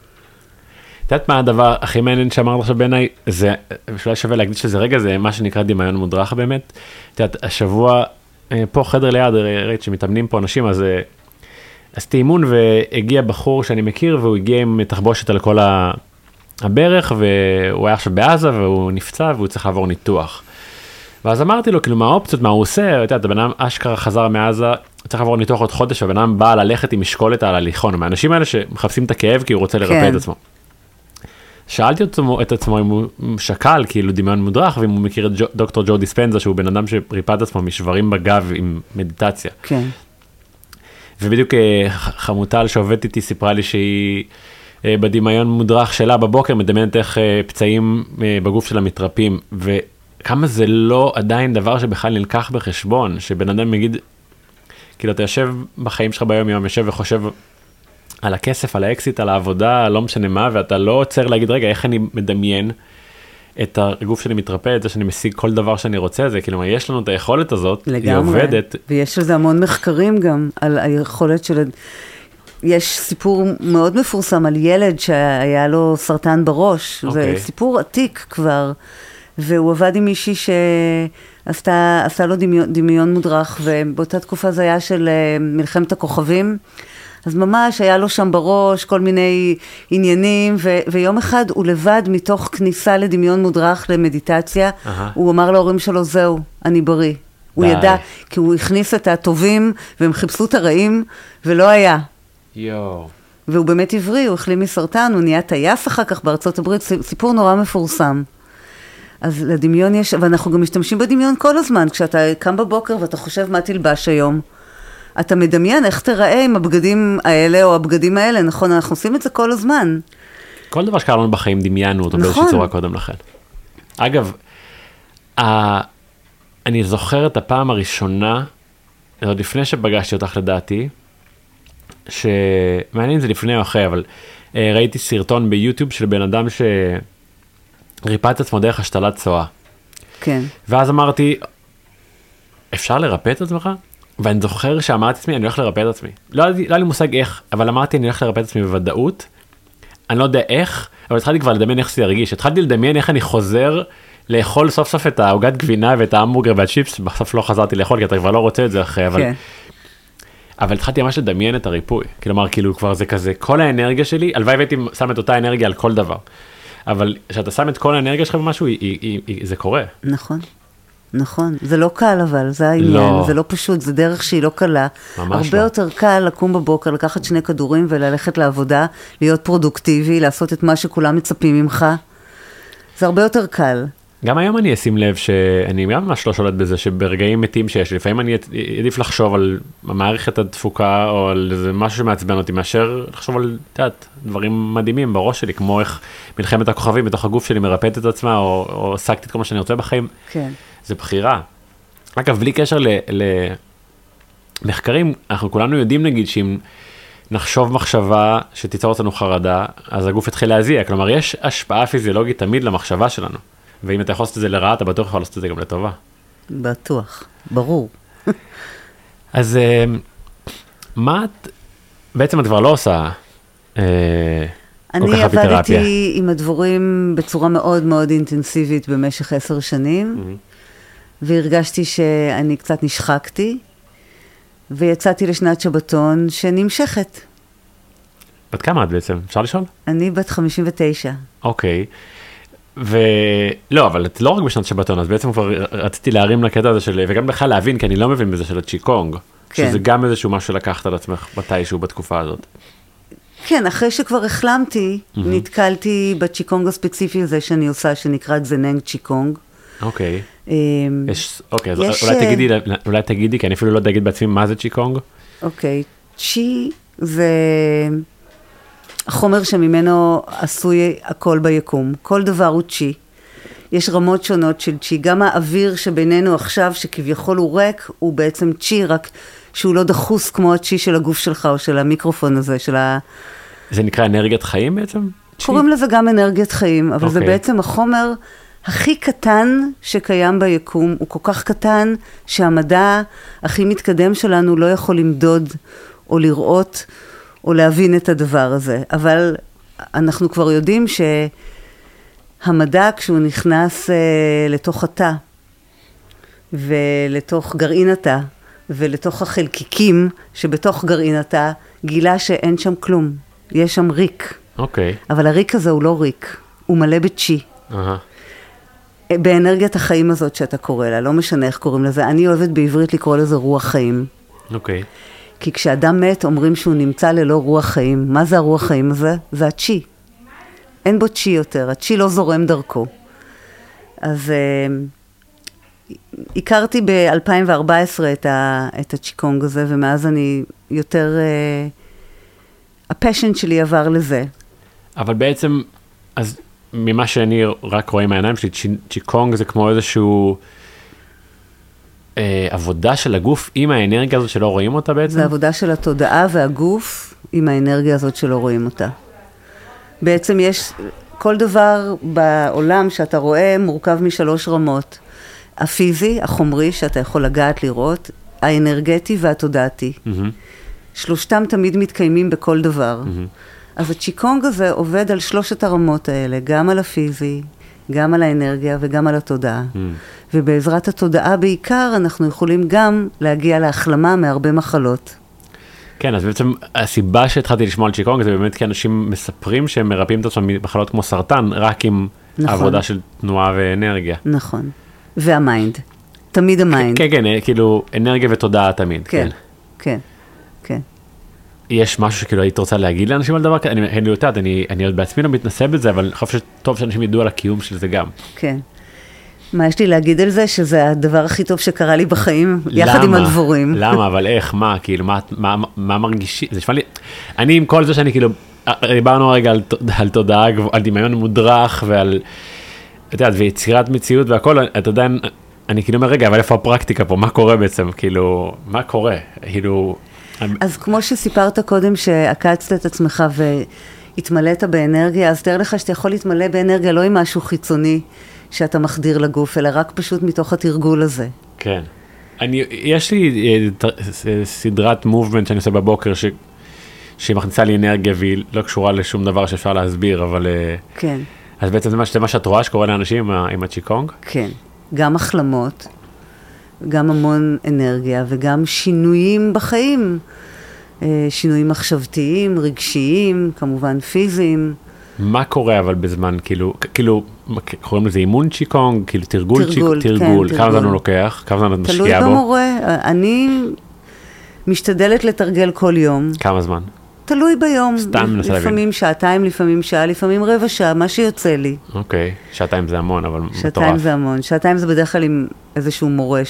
את יודעת מה הדבר הכי מעניין שאמרת עכשיו בעיניי, זה, שאולי שווה להגיד שזה רגע, זה מה שנקרא דמיון מודרך באמת. את יודעת, השבוע, פה חדר ליד, ראית שמתאמנים פה אנשים, אז עשיתי אימון והגיע בחור שאני מכיר, והוא הגיע עם תחבושת על כל הברך, והוא היה עכשיו בעזה, והוא נפצע, והוא צריך לעבור ניתוח. ואז אמרתי לו, כאילו, מה האופציות, מה הוא עושה? אתה יודע, הבן אדם אשכרה חזר מעזה, צריך לעבור ניתוח עוד חודש, והבן אדם בא ללכת עם משקולת על הליכון, מהאנשים האלה שמחפשים את הכאב, כי הוא רוצה לרפא את עצמו. שאלתי את עצמו אם הוא שקל, כאילו דמיון מודרך, ואם הוא מכיר את דוקטור ג'ו דיספנזה, שהוא בן אדם שריפא את עצמו משברים בגב עם מדיטציה. כן. ובדיוק חמוטל שעובדת איתי סיפרה לי שהיא בדמיון מודרך שלה בבוקר, מדמיינת איך פצעים בגוף שלה מתרפים, וכמה זה לא עדיין דבר שבכלל נלקח בחשבון, שבן אדם יגיד, כאילו אתה יושב בחיים שלך ביום יום, יושב וחושב על הכסף, על האקסיט, על העבודה, לא משנה מה, ואתה לא עוצר להגיד, רגע, איך אני מדמיין את הגוף שלי מתרפא, את זה שאני משיג כל דבר שאני רוצה, זה כאילו, יש לנו את היכולת הזאת, לגמרי. היא עובדת. ויש לזה המון מחקרים גם, על היכולת של... יש סיפור מאוד מפורסם על ילד שהיה לו סרטן בראש, זה סיפור עתיק כבר, והוא עבד עם מישהי שעשתה לו דמיון מודרך, ובאותה תקופה זה היה של מלחמת הכוכבים, אז ממש היה לו שם בראש כל מיני עניינים, ויום אחד הוא לבד מתוך כניסה לדמיון מודרך למדיטציה, הוא אמר להורים שלו, זהו, אני בריא. הוא ידע, כי הוא הכניס את הטובים, והם חיפשו את הרעים, ולא היה. והוא באמת עברי, הוא החלים מסרטן, הוא נהיה טייס אחר כך בארצות הברית, סיפור נורא מפורסם. אז לדמיון יש, ואנחנו גם משתמשים בדמיון כל הזמן, כשאתה קם בבוקר ואתה חושב מה תלבש היום, אתה מדמיין איך תראה עם הבגדים האלה או הבגדים האלה, נכון? אנחנו עושים את זה כל הזמן. כל דבר שקרה לנו בחיים דמיינו אותו באיזושהי צורה קודם לכן. אגב, אני זוכר את הפעם הראשונה, עוד לפני שפגשתי אותך לדעתי, שמעניין אם זה לפני או אחרי, אבל ראיתי סרטון ביוטיוב של בן אדם שריפא את עצמו דרך השתלת צואה. כן. ואז אמרתי, אפשר לרפא את עצמך? ואני זוכר שאמרתי עצמי, אני הולך לרפא את עצמי. לא היה לי מושג איך, אבל אמרתי, אני הולך לרפא את עצמי בוודאות. אני לא יודע איך, אבל התחלתי כבר לדמיין איך זה ירגיש. התחלתי לדמיין איך אני חוזר לאכול סוף סוף את העוגת גבינה ואת ההמבורגר והצ'יפס, בסוף לא חזרתי לאכול, כי אתה כבר לא רוצה את זה אחרי, אבל... כן. אבל התחלתי ממש לדמיין את הריפוי. כלומר, כאילו כבר זה כזה, כל האנרגיה שלי, הלוואי והייתי שם את אותה אנרגיה על כל דבר. אבל כשאתה שם את כל האנרגיה שלך במשהו, זה קורה. נכון. נכון, זה לא קל אבל, זה העניין, לא. זה לא פשוט, זה דרך שהיא לא קלה. ממש הרבה לא. יותר קל לקום בבוקר, לקחת 2 כדורים וללכת לעבודה, להיות פרודוקטיבי, לעשות את מה שכולם מצפים ממך. זה הרבה יותר קל. גם היום אני אשים לב שאני גם ממש לא שולט בזה שברגעים מתים שיש, לפעמים אני עדיף לחשוב על מערכת הדפוקה או על איזה משהו שמעצבן אותי, מאשר לחשוב על דברים מדהימים בראש שלי, כמו איך מלחמת הכוכבים בתוך הגוף שלי מרפאת את עצמה, או עסקתי את כל מה שאני רוצה בחיים. כן. זה בחירה. אגב, בלי קשר למחקרים, אנחנו כולנו יודעים נגיד שאם נחשוב מחשבה שתיצור אותנו חרדה, אז הגוף יתחיל להזיע. כלומר, יש השפעה פיזיולוגית תמיד למחשבה שלנו. ואם אתה יכול לעשות את זה לרעה, אתה בטוח יכול לעשות את זה גם לטובה. בטוח, ברור. אז מה את, בעצם את כבר לא עושה כל כך אני הרבה תרפיה? עבדתי עם הדבורים בצורה מאוד מאוד אינטנסיבית במשך 10 שנים, והרגשתי שאני קצת נשחקתי, ויצאתי לשנת שבתון שנמשכת. בת כמה את בעצם? אפשר לשאול? אני בת 59. אוקיי. ולא, אבל את לא רק בשנת שבתון, אז בעצם כבר רציתי להרים לקטע הזה של, וגם בכלל להבין, כי אני לא מבין בזה של הצ'יקונג, כן. שזה גם איזשהו משהו לקחת על עצמך מתישהו בתקופה הזאת. כן, אחרי שכבר החלמתי, נתקלתי בצ'יקונג הספציפי הזה שאני עושה, שנקרא זננג צ'יקונג. אוקיי. אוקיי, אז יש, אולי תגידי, כי אני אפילו לא יודע להגיד בעצמי מה זה צ'יקונג. אוקיי, צ'י זה החומר שממנו עשוי הכל ביקום. כל דבר הוא צ'י. יש רמות שונות של צ'י. גם האוויר שבינינו עכשיו, שכביכול הוא ריק, הוא בעצם צ'י, רק שהוא לא דחוס כמו הצ'י של הגוף שלך, או של המיקרופון הזה, של ה... זה נקרא אנרגיית חיים בעצם? קוראים לזה גם אנרגיית חיים, אבל זה אוקיי. בעצם החומר הכי קטן שקיים ביקום. הוא כל כך קטן שהמדע הכי מתקדם שלנו לא יכול למדוד או לראות או להבין את הדבר הזה. אבל אנחנו כבר יודעים שהמדע כשהוא נכנס לתוך התא ולתוך גרעין התא ולתוך החלקיקים שבתוך גרעין התא, גילה שאין שם כלום. יש שם ריק. אוקיי. אבל הריק הזה הוא לא ריק, הוא מלא בצ'י. אהה. באנרגיית החיים הזאת שאתה קורא לה, לא משנה איך קוראים לזה, אני אוהבת בעברית לקרוא לזה רוח חיים. אוקיי. כי כשאדם מת אומרים שהוא נמצא ללא רוח חיים. מה זה הרוח חיים הזה? זה הצ'י. אין בו צ'י יותר, הצ'י לא זורם דרכו. אז הכרתי ב-2014 את הצ'יקונג הזה, ומאז אני יותר, הפשן שלי עבר לזה. אבל בעצם, אז ממה שאני רק רואה עם העיניים שלי, צ'יקונג זה כמו איזשהו עבודה של הגוף עם האנרגיה הזאת שלא רואים אותה בעצם? זה עבודה של התודעה והגוף עם האנרגיה הזאת שלא רואים אותה. בעצם יש, כל דבר בעולם שאתה רואה מורכב מ3 רמות. הפיזי, החומרי, שאתה יכול לגעת לראות, האנרגטי והתודעתי. שלושתם תמיד מתקיימים בכל דבר. אז הצ'יקונג הזה עובד על 3 הרמות האלה, גם על הפיזי, גם על האנרגיה וגם על התודעה. ובעזרת התודעה בעיקר אנחנו יכולים גם להגיע להחלמה מהרבה מחלות. כן, אז בעצם הסיבה שהתחלתי לשמוע על צ'יקונג זה באמת כי אנשים מספרים שהם מרפאים את עצמם ממחלות כמו סרטן, רק עם העבודה של תנועה ואנרגיה. נכון. והמיינד. תמיד המיינד. כן, כן, כאילו אנרגיה ותודעה תמיד. כן, כן, כן. יש משהו שכאילו היית רוצה להגיד לאנשים על דבר כזה? אני יודעת, אני עוד בעצמי לא מתנסה בזה, אבל אני חושב שטוב שאנשים ידעו על הקיום של זה גם. כן. מה יש לי להגיד על זה? שזה הדבר הכי טוב שקרה לי בחיים, יחד עם הדבורים. למה? אבל איך? מה? כאילו, מה מרגישי? זה נשמע לי... אני עם כל זה שאני כאילו... דיברנו רגע על תודעה, על דמיון מודרך ועל... אתה יודע, ויצירת מציאות והכל, אתה יודע, אני כאילו אומר, רגע, אבל איפה הפרקטיקה פה? מה קורה בעצם? כאילו, מה קורה? כאילו... אז כמו שסיפרת קודם שעקצת את עצמך והתמלאת באנרגיה, אז תאר לך שאתה יכול להתמלא באנרגיה לא עם משהו חיצוני שאתה מחדיר לגוף, אלא רק פשוט מתוך התרגול הזה. כן. יש לי סדרת מובמנט שאני עושה בבוקר שהיא מכניסה לי אנרגיה והיא לא קשורה לשום דבר שאפשר להסביר, אבל... כן. אז בעצם זה מה שאת רואה שקורה לאנשים עם הצ'יקונג? כן. גם החלמות, גם המון אנרגיה וגם שינויים בחיים. שינויים מחשבתיים, רגשיים, כמובן פיזיים. מה קורה אבל בזמן, כאילו, קוראים לזה אימון צ'יקונג, כאילו תרגול, כן, כמה זמן הוא לוקח? כמה זמן את משקיעה בו? תלוי במורה, אני משתדלת לתרגל כל יום. כמה זמן? תלוי ביום. סתם מנסה להבין. לפעמים שעתיים, לפעמים שעה, לפעמים רבע שעה, מה שיוצא לי. אוקיי, שעתיים זה המון, אבל מטורף. שעתיים זה המון, שעתיים זה בדרך כלל עם איזשהו מורה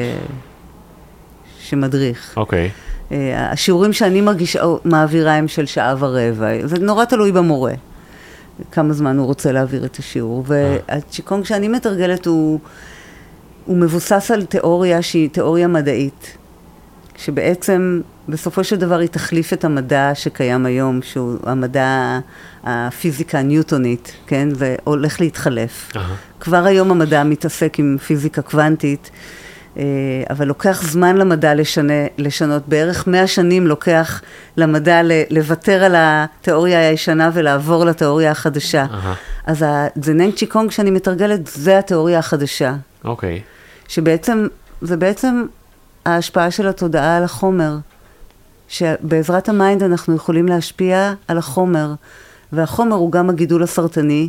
שמדריך. אוקיי. השיעורים שאני מעבירה הם של שעה ורבע, זה נורא תלוי במורה. כמה זמן הוא רוצה להעביר את השיעור, והצ'יקונג שאני מתרגלת הוא מבוסס על תיאוריה שהיא תיאוריה מדעית, שבעצם בסופו של דבר היא תחליף את המדע שקיים היום, שהוא המדע הפיזיקה הניוטונית, כן, והולך להתחלף. כבר היום המדע מתעסק עם פיזיקה קוונטית, אבל לוקח זמן למדע לשנות, בערך 100 שנים לוקח למדע לוותר על התיאוריה הישנה ולעבור לתיאוריה החדשה. אז הזננג צ'יקונג שאני מתרגלת, זה התיאוריה החדשה. אוקיי. זה בעצם ההשפעה של התודעה על החומר, שבעזרת המיינד אנחנו יכולים להשפיע על החומר, והחומר הוא גם הגידול הסרטני,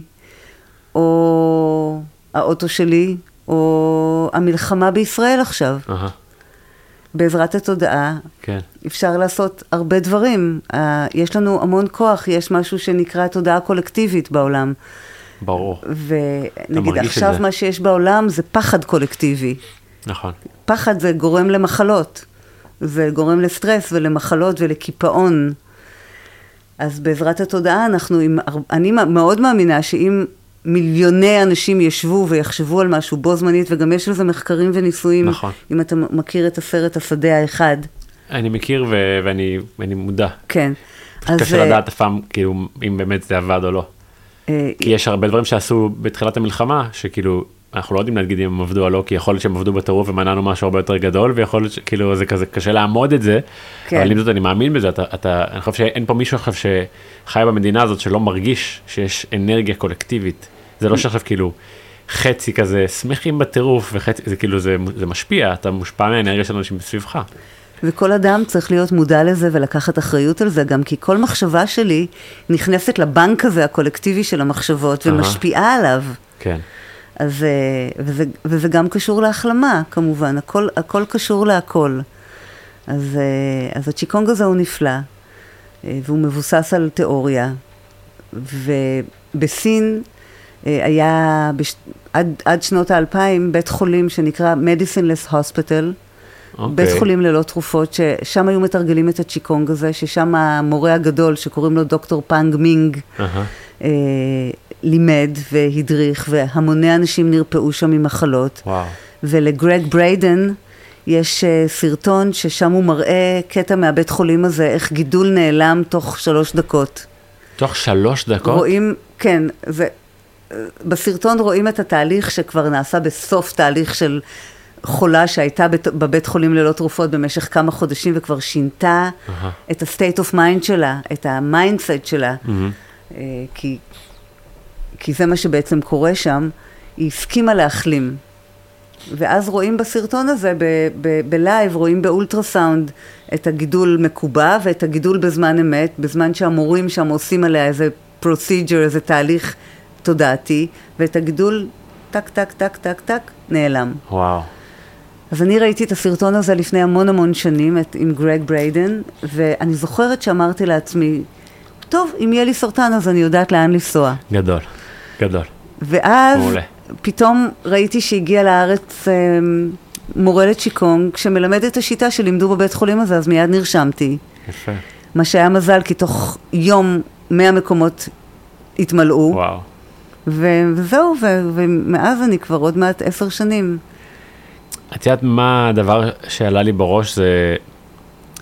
או האוטו שלי, או המלחמה בישראל עכשיו. בעזרת התודעה, כן. אפשר לעשות הרבה דברים. יש לנו המון כוח, יש משהו שנקרא תודעה קולקטיבית בעולם. ברור. ונגיד עכשיו מה שיש בעולם זה פחד קולקטיבי. נכון. פחד זה גורם למחלות. זה גורם לסטרס ולמחלות ולקיפאון. אז בעזרת התודעה אני מאוד מאמינה שאם מיליוני אנשים ישבו ויחשבו על משהו בו זמנית, וגם יש לזה מחקרים וניסויים, נכון. אם אתה מכיר את הסרט השדה האחד. אני מכיר ואני מודע. כן. קשה לדעת הפעם, כאילו, אם באמת זה עבד או לא. כי יש הרבה דברים שעשו בתחילת המלחמה, שכאילו, אנחנו לא יודעים להגיד אם הם עבדו או לא, כי יכול להיות שהם עבדו בטירוף ומנענו משהו הרבה יותר גדול, ויכול להיות שכאילו זה כזה קשה לעמוד את זה, כן. אבל אם זאת אני מאמין בזה, אני חושב שאין פה מישהו שחי במדינה הזאת שלא מרגיש שיש אנרגיה קולקטיבית. זה לא שעכשיו כאילו חצי כזה שמחים בטירוף, וחצי, זה כאילו זה משפיע, אתה מושפע מהאנרגיה של אנשים בסביבך. וכל אדם צריך להיות מודע לזה ולקחת אחריות על זה, גם כי כל מחשבה שלי נכנסת לבנק הזה הקולקטיבי של המחשבות, ומשפיעה עליו. כן. אז, וזה גם קשור להחלמה, כמובן, הכל קשור להכל. אז הצ'יקונג הזה הוא נפלא, והוא מבוסס על תיאוריה, ובסין היה עד שנות ה-2000 בית חולים שנקרא Medicineless Hospital, בית חולים ללא תרופות, ששם היו מתרגלים את הצ'יקונג הזה, ששם המורה הגדול שקוראים לו דוקטור פאנג מינג, לימד והדריך, והמוני אנשים נרפאו שם ממחלות. ולגרג בריידן יש סרטון ששם הוא מראה קטע מהבית חולים הזה, איך גידול נעלם תוך 3 דקות. תוך 3 דקות? רואים, כן, בסרטון רואים את התהליך שכבר נעשה בסוף תהליך של חולה שהייתה בבית חולים ללא תרופות במשך כמה חודשים, וכבר שינתה את ה-state of mind שלה, את ה-mindset שלה, כי זה מה שבעצם קורה שם, היא הסכימה להחלים. ואז רואים בסרטון הזה, בלייב, רואים באולטרסאונד את הגידול מקובע ואת הגידול בזמן אמת, בזמן שהמורים שם עושים עליה איזה procedure, איזה תהליך תודעתי, ואת הגידול טק, טק, טק, טק, טק, נעלם. וואו. אז אני ראיתי את הסרטון הזה לפני המון שנים עם גרג בריידן, ואני זוכרת שאמרתי לעצמי, טוב, אם יהיה לי סרטן אז אני יודעת לאן לנסוע. גדול, גדול. ואז פתאום ראיתי שהגיע לארץ מורה לצ'יקונג, שמלמד את השיטה שלימדו בבית חולים הזה, אז מיד נרשמתי. יפה. מה שהיה מזל, כי תוך יום 100 מקומות התמלאו. וואו. וזהו, ומאז אני כבר עוד מעט 10 שנים. את יודעת מה הדבר שעלה לי בראש זה,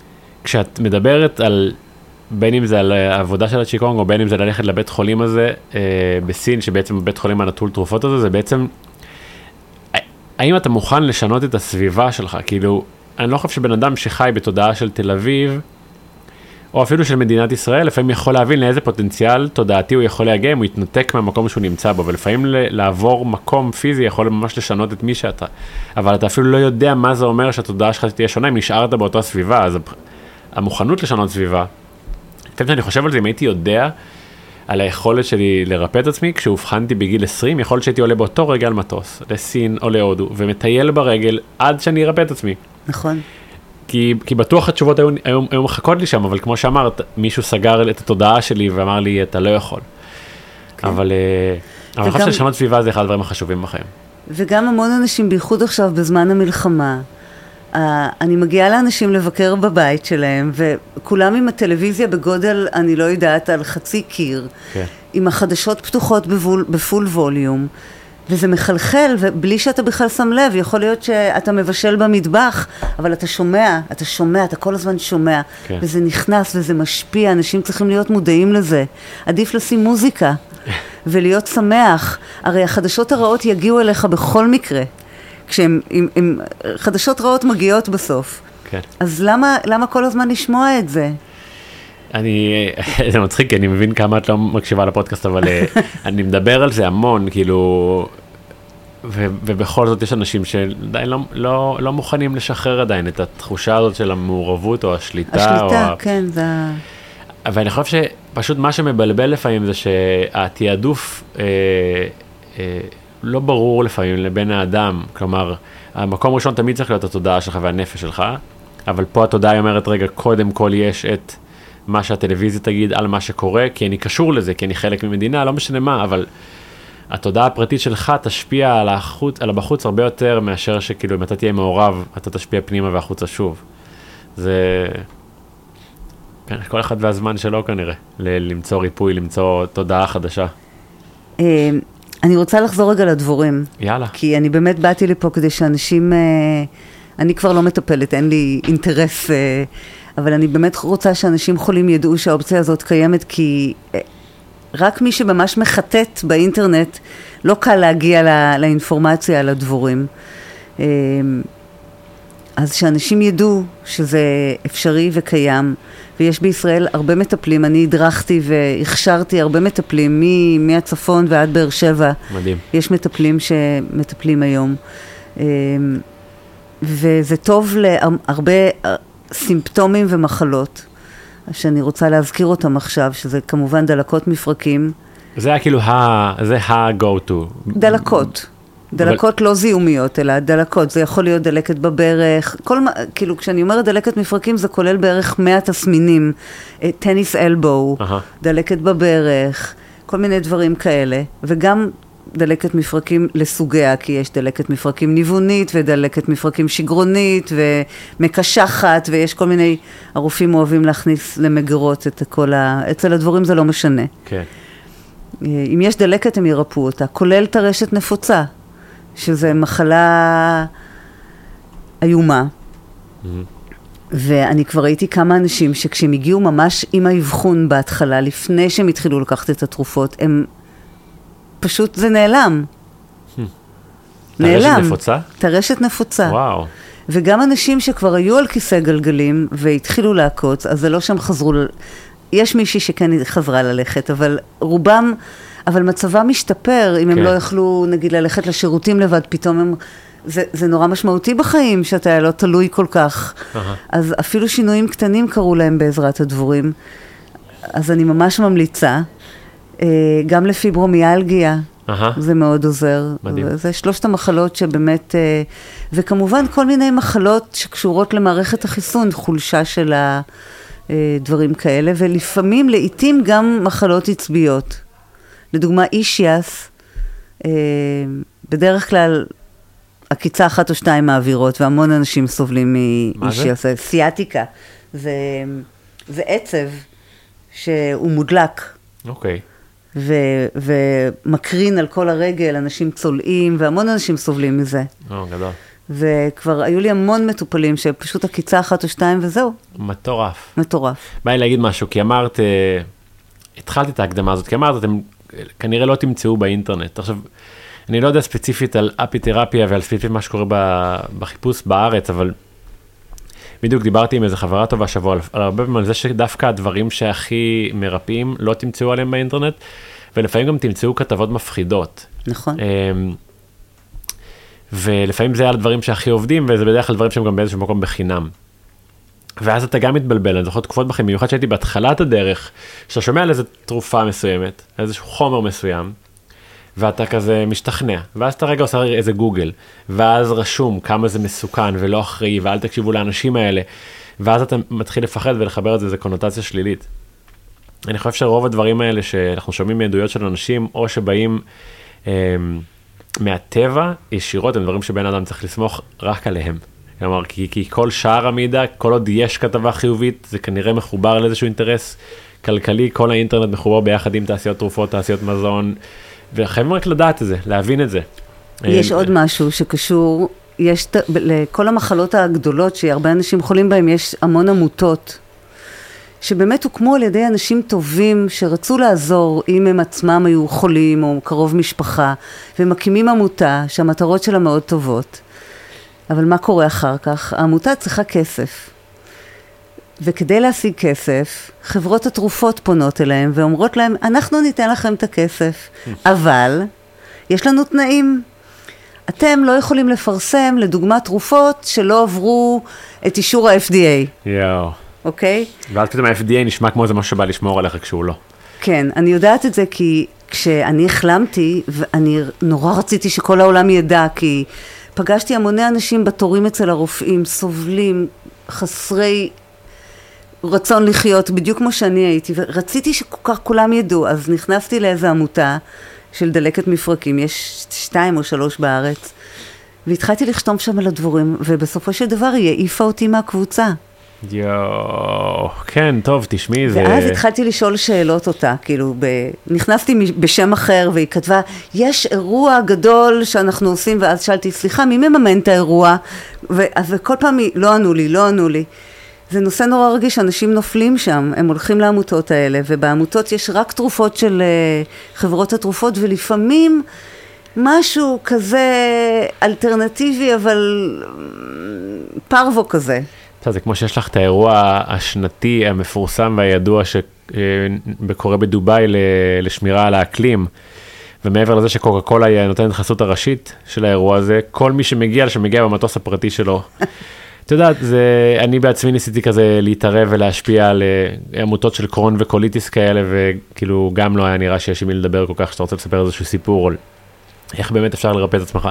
כשאת מדברת על, בין אם זה על העבודה של הצ'יקונג, או בין אם זה ללכת לבית חולים הזה, בסין, שבעצם בית חולים הנטול תרופות הזה, זה בעצם, האם אתה מוכן לשנות את הסביבה שלך? כאילו, אני לא חושב שבן אדם שחי בתודעה של תל אביב, או אפילו של מדינת ישראל, לפעמים יכול להבין לאיזה פוטנציאל תודעתי הוא יכול להגיע, אם הוא יתנתק מהמקום שהוא נמצא בו, ולפעמים לעבור מקום פיזי יכול ממש לשנות את מי שאתה, אבל אתה אפילו לא יודע מה זה אומר שהתודעה שלך תהיה שונה, אם נשארת באותה סביבה, אז המוכנות לשנות סביבה, לפעמים שאני חושב על זה, אם הייתי יודע על היכולת שלי לרפא את עצמי, כשהובחנתי בגיל 20, יכול להיות שהייתי עולה באותו רגע על מטוס, לסין או להודו, ומטייל ברגל עד שאני ארפא את עצמי. נכון. כי בטוח התשובות היו מחכות לי שם, אבל כמו שאמרת, מישהו סגר את התודעה שלי ואמר לי, אתה לא יכול. כן. אבל אני חושב ששנות סביבה זה אחד הדברים החשובים בחיים. וגם המון אנשים, בייחוד עכשיו בזמן המלחמה, אני מגיעה לאנשים לבקר בבית שלהם, וכולם עם הטלוויזיה בגודל, אני לא יודעת, על חצי קיר, כן. עם החדשות פתוחות בפול ווליום, וזה מחלחל, ובלי שאתה בכלל שם לב, יכול להיות שאתה מבשל במטבח, אבל אתה שומע, אתה כל הזמן שומע, כן. וזה נכנס וזה משפיע, אנשים צריכים להיות מודעים לזה. עדיף לשים מוזיקה, ולהיות שמח. הרי החדשות הרעות יגיעו אליך בכל מקרה, חדשות רעות מגיעות בסוף. כן. אז למה כל הזמן לשמוע את זה? זה מצחיק, כי אני מבין כמה את לא מקשיבה לפודקאסט, אבל אני מדבר על זה המון, כאילו, ובכל זאת יש אנשים שעדיין לא מוכנים לשחרר עדיין את התחושה הזאת של המעורבות או השליטה. השליטה, כן, זה... ואני חושב שפשוט מה שמבלבל לפעמים זה שהתיעדוף לא ברור לפעמים לבין האדם, כלומר, המקום ראשון תמיד צריך להיות התודעה שלך והנפש שלך, אבל פה התודעה אומרת, רגע, קודם כל יש את מה שהטלוויזיה תגיד על מה שקורה, כי אני קשור לזה, כי אני חלק ממדינה, לא משנה מה, אבל התודעה הפרטית שלך תשפיע על הבחוץ הרבה יותר מאשר שכאילו אם אתה תהיה מעורב, אתה תשפיע פנימה והחוצה שוב. זה... כן, כל אחד והזמן שלו כנראה, למצוא ריפוי, למצוא תודעה חדשה. אני רוצה לחזור רגע לדבורים. יאללה. כי אני באמת באתי לפה כדי שאנשים... אני כבר לא מטפלת, אין לי אינטרס... אבל אני באמת רוצה שאנשים חולים ידעו שהאופציה הזאת קיימת, כי רק מי שממש מחטט באינטרנט, לא קל להגיע לאינפורמציה על הדבורים. אז שאנשים ידעו שזה אפשרי וקיים, ויש בישראל הרבה מטפלים. אני הדרכתי והכשרתי הרבה מטפלים, מהצפון ועד באר שבע. מדהים. יש מטפלים שמטפלים היום. וזה טוב להרבה... סימפטומים ומחלות, שאני רוצה להזכיר אותם עכשיו, שזה כמובן דלקות מפרקים. זה היה כאילו, זה ה-go to. דלקות לא זיהומיות, אלא דלקות. זה יכול להיות דלקת בברך, כאילו כשאני אומרת דלקת מפרקים, זה כולל בערך 100 תסמינים, טניס אלבו, דלקת בברך, כל מיני דברים כאלה, וגם דלקת מפרקים לסוגיה, כי יש דלקת מפרקים ניוונית, ודלקת מפרקים שגרונית, ומקשחת, ויש כל מיני, הרופאים אוהבים להכניס למגרות את כל אצל הדבורים זה לא משנה. כן. אם יש דלקת, הם ירפאו אותה, כולל טרשת נפוצה, שזה מחלה איומה. ואני כבר ראיתי כמה אנשים שכשהם הגיעו ממש עם האבחון בהתחלה, לפני שהם התחילו לקחת את התרופות, הם פשוט זה נעלם. טרשת נפוצה? טרשת נפוצה. וואו. וגם אנשים שכבר היו על כיסא גלגלים והתחילו לעקוץ, אז זה לא שהם חזרו, יש מישהי שכן חזרה ללכת, אבל רובם, אבל מצבם משתפר, אם הם לא יכלו, נגיד, ללכת לשירותים לבד, פתאום הם, זה נורא משמעותי בחיים, שאתה לא תלוי כל כך. אז אפילו שינויים קטנים קרו להם בעזרת הדבורים. אז אני ממש ממליצה. גם לפיברומיאלגיה, זה מאוד עוזר. מדהים. זה שלושת המחלות שבאמת, וכמובן כל מיני מחלות שקשורות למערכת החיסון, חולשה של הדברים כאלה, ולפעמים, לעתים גם מחלות עצביות. לדוגמה, אישיאס, בדרך כלל, עקיצה 1 או 2 מעבירות, והמון אנשים סובלים מאישיאס. סיאטיקה, זה עצב שהוא מודלק. אוקיי. ומקרין על כל הרגל, אנשים צולעים, והמון אנשים סובלים מזה. גדול. וכבר היו לי המון מטופלים שפשוט הקיצה 1 או 2 וזהו. מטורף. מטורף. בא לי להגיד משהו, כי אמרת, התחלתי את ההקדמה הזאת, כי אמרת, אתם כנראה לא תמצאו באינטרנט. עכשיו, אני לא יודע ספציפית על אפיתרפיה ועל ספציפית מה שקורה בחיפוש בארץ, אבל בדיוק דיברתי עם איזו חברה טובה שבוע, על הרבה פעמים על זה שדווקא הדברים שהכי מרפאים לא תמצאו עליהם באינטרנט, ולפעמים גם תמצאו כתבות מפחידות. נכון. ולפעמים זה על הדברים שהכי עובדים, וזה בדרך כלל דברים שהם גם באיזשהו מקום בחינם. ואז אתה גם מתבלבל, אני זוכר תקופות בחיים, במיוחד שהייתי בהתחלת הדרך, שאתה שומע על איזו תרופה מסוימת, איזשהו חומר מסוים, ואתה כזה משתכנע, ואז אתה רגע עושה איזה גוגל, ואז רשום כמה זה מסוכן ולא אחראי, ואל תקשיבו לאנשים האלה, ואז אתה מתחיל לפחד ולחבר את זה, זה קונוטציה שלילית. אני חושב שרוב הדברים האלה שאנחנו שומעים מעדויות של אנשים, או שבאים מהטבע ישירות, הם דברים שבן אדם צריך לסמוך רק עליהם. כלומר, כי כל שער המידע, כל עוד יש כתבה חיובית, זה כנראה מחובר לאיזשהו אינטרס כלכלי, כל האינטרנט מחובר ביחד עם תעשיות תרופות, תעשיות מזון, וחייבים רק לדעת את זה, להבין את זה. יש עוד משהו שקשור, יש לכל המחלות הגדולות שהרבה אנשים חולים בהם, יש המון עמותות, שבאמת הוקמו על ידי אנשים טובים שרצו לעזור אם הם עצמם היו חולים או קרוב משפחה, ומקימים עמותה שהמטרות שלה מאוד טובות. אבל מה קורה אחר כך? העמותה צריכה כסף. וכדי להשיג כסף, חברות התרופות פונות אליהם ואומרות להם, אנחנו ניתן לכם את הכסף, אבל יש לנו תנאים. אתם לא יכולים לפרסם, לדוגמה, תרופות שלא עברו את אישור ה-FDA. יאו. אוקיי? ואז פתאום ה-FDA נשמע כמו זה משהו שבא לשמור עליך כשהוא לא. כן, אני יודעת את זה כי כשאני החלמתי, ואני נורא רציתי שכל העולם ידע, כי פגשתי המוני אנשים בתורים אצל הרופאים, סובלים, חסרי רצון לחיות, בדיוק כמו שאני הייתי, ורציתי שכל כך כולם ידעו, אז נכנסתי לאיזו עמותה של דלקת מפרקים, יש 2 או 3 בארץ, והתחלתי לחתום שם על הדבורים, ובסופו של דבר היא העיפה אותי מהקבוצה. יואו, כן, טוב, תשמעי, זה... ואז התחלתי לשאול שאלות אותה, כאילו, נכנסתי בשם אחר, והיא כתבה, יש אירוע גדול שאנחנו עושים, ואז שאלתי, סליחה, מי מממן את האירוע? וכל פעם לא ענו לי. זה נושא נורא רגיש, אנשים נופלים שם, הם הולכים לעמותות האלה, ובעמותות יש רק תרופות של חברות התרופות, ולפעמים משהו כזה אלטרנטיבי, אבל פרבו כזה. זה כמו שיש לך את האירוע השנתי המפורסם והידוע שקורה בדוביי לשמירה על האקלים, ומעבר לזה שקוקה קולה היא נותנת חסות הראשית של האירוע הזה, כל מי שמגיע במטוס הפרטי שלו. אתה יודעת, אני בעצמי ניסיתי כזה להתערב ולהשפיע על עמותות של קרון וקוליטיס כאלה, וכאילו גם לא היה נראה שיש עם מי לדבר כל כך, שאתה רוצה לספר איזשהו סיפור, על איך באמת אפשר לרפא את עצמך.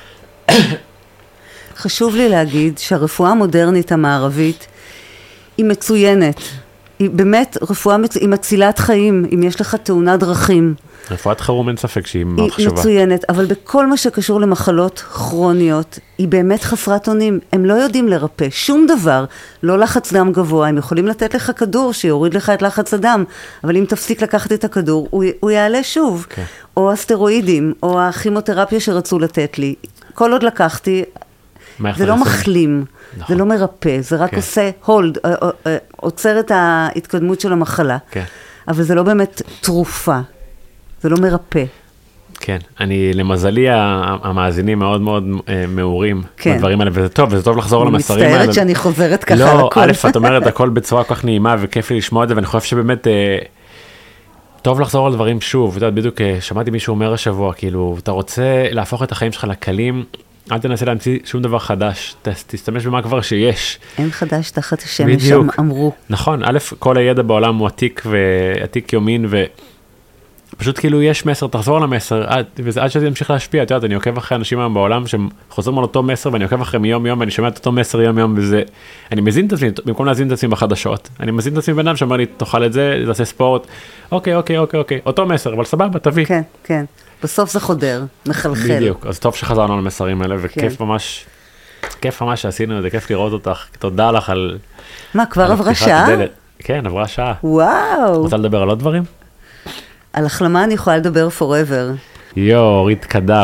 חשוב לי להגיד שהרפואה המודרנית המערבית היא מצוינת. היא באמת רפואה היא מצילת חיים, אם יש לך תאונת דרכים. רפואת חירום אין ספק שהיא מאוד חשובה. היא מצוינת, אבל בכל מה שקשור למחלות כרוניות, היא באמת חסרת אונים. הם לא יודעים לרפא שום דבר, לא לחץ דם גבוה, הם יכולים לתת לך כדור שיוריד לך את לחץ הדם, אבל אם תפסיק לקחת את הכדור, הוא יעלה שוב. Okay. או הסטרואידים, או הכימותרפיה שרצו לתת לי. כל עוד לקחתי, זה לא מחלים, זה לא מרפא, זה רק עושה הולד, עוצר את ההתקדמות של המחלה. אבל זה לא באמת תרופה, זה לא מרפא. כן, למזלי, המאזינים מאוד מאוד מעורים בדברים האלה, וזה טוב לחזור על המסרים האלה. אני מצטערת שאני חוזרת ככה על הכל. לא, א', את אומרת הכל בצורה כל כך נעימה, וכיף לי לשמוע את זה, ואני חושב שבאמת טוב לחזור על דברים שוב. אתה יודע, בדיוק שמעתי מישהו אומר השבוע, כאילו, אתה רוצה להפוך את החיים שלך לקלים, אל תנסה להמציא שום דבר חדש, תסתמש במה כבר שיש. אין חדש תחת השמש, שם אמרו. נכון, א', כל הידע בעולם הוא עתיק יומין, ופשוט כאילו יש מסר, תחזור על המסר, ועד שזה ימשיך להשפיע, את יודעת, אני עוקב אחרי אנשים היום בעולם שהם חוזרים על אותו מסר, ואני עוקב אחרי יום יום, ואני שומע את אותו מסר יום יום, וזה, אני מזין את עצמי, במקום להזין את עצמי בחדשות, אני מזין את עצמי בנם שאומר לי, תאכל את זה, תעשה ספורט, אוקיי, אותו מסר, אבל סבבה, תביא. כן, כן. בסוף זה חודר, מחלחל. בדיוק, אז טוב שחזרנו למסרים האלה, וכיף ממש שעשינו את זה, כיף לראות אותך, תודה לך על... מה, כבר עברה שעה? כן, עברה שעה. וואו. רוצה לדבר על עוד דברים? על החלמה אני יכולה לדבר forever. אורית קדר,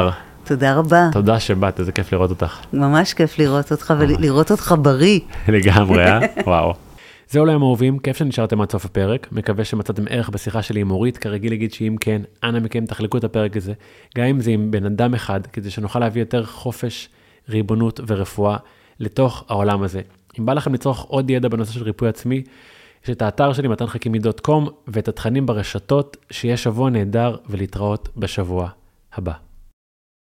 תודה רבה. תודה שבאת, איזה כיף לראות אותך. ממש כיף לראות אותך ולראות אותך בריא. לגמרי, וואו. זהו להם אהובים, כיף שנשארתם עד סוף הפרק, מקווה שמצאתם ערך בשיחה שלי עם אורית, כרגיל להגיד שאם כן, אנא מכם תחלקו את הפרק הזה, גם אם זה עם בן אדם אחד, כדי שנוכל להביא יותר חופש, ריבונות ורפואה לתוך העולם הזה. אם בא לכם לצרוך עוד ידע בנושא של ריפוי עצמי, יש את האתר שלי מתנחכימי.com ואת התכנים ברשתות, שיהיה שבוע נהדר ולהתראות בשבוע הבא.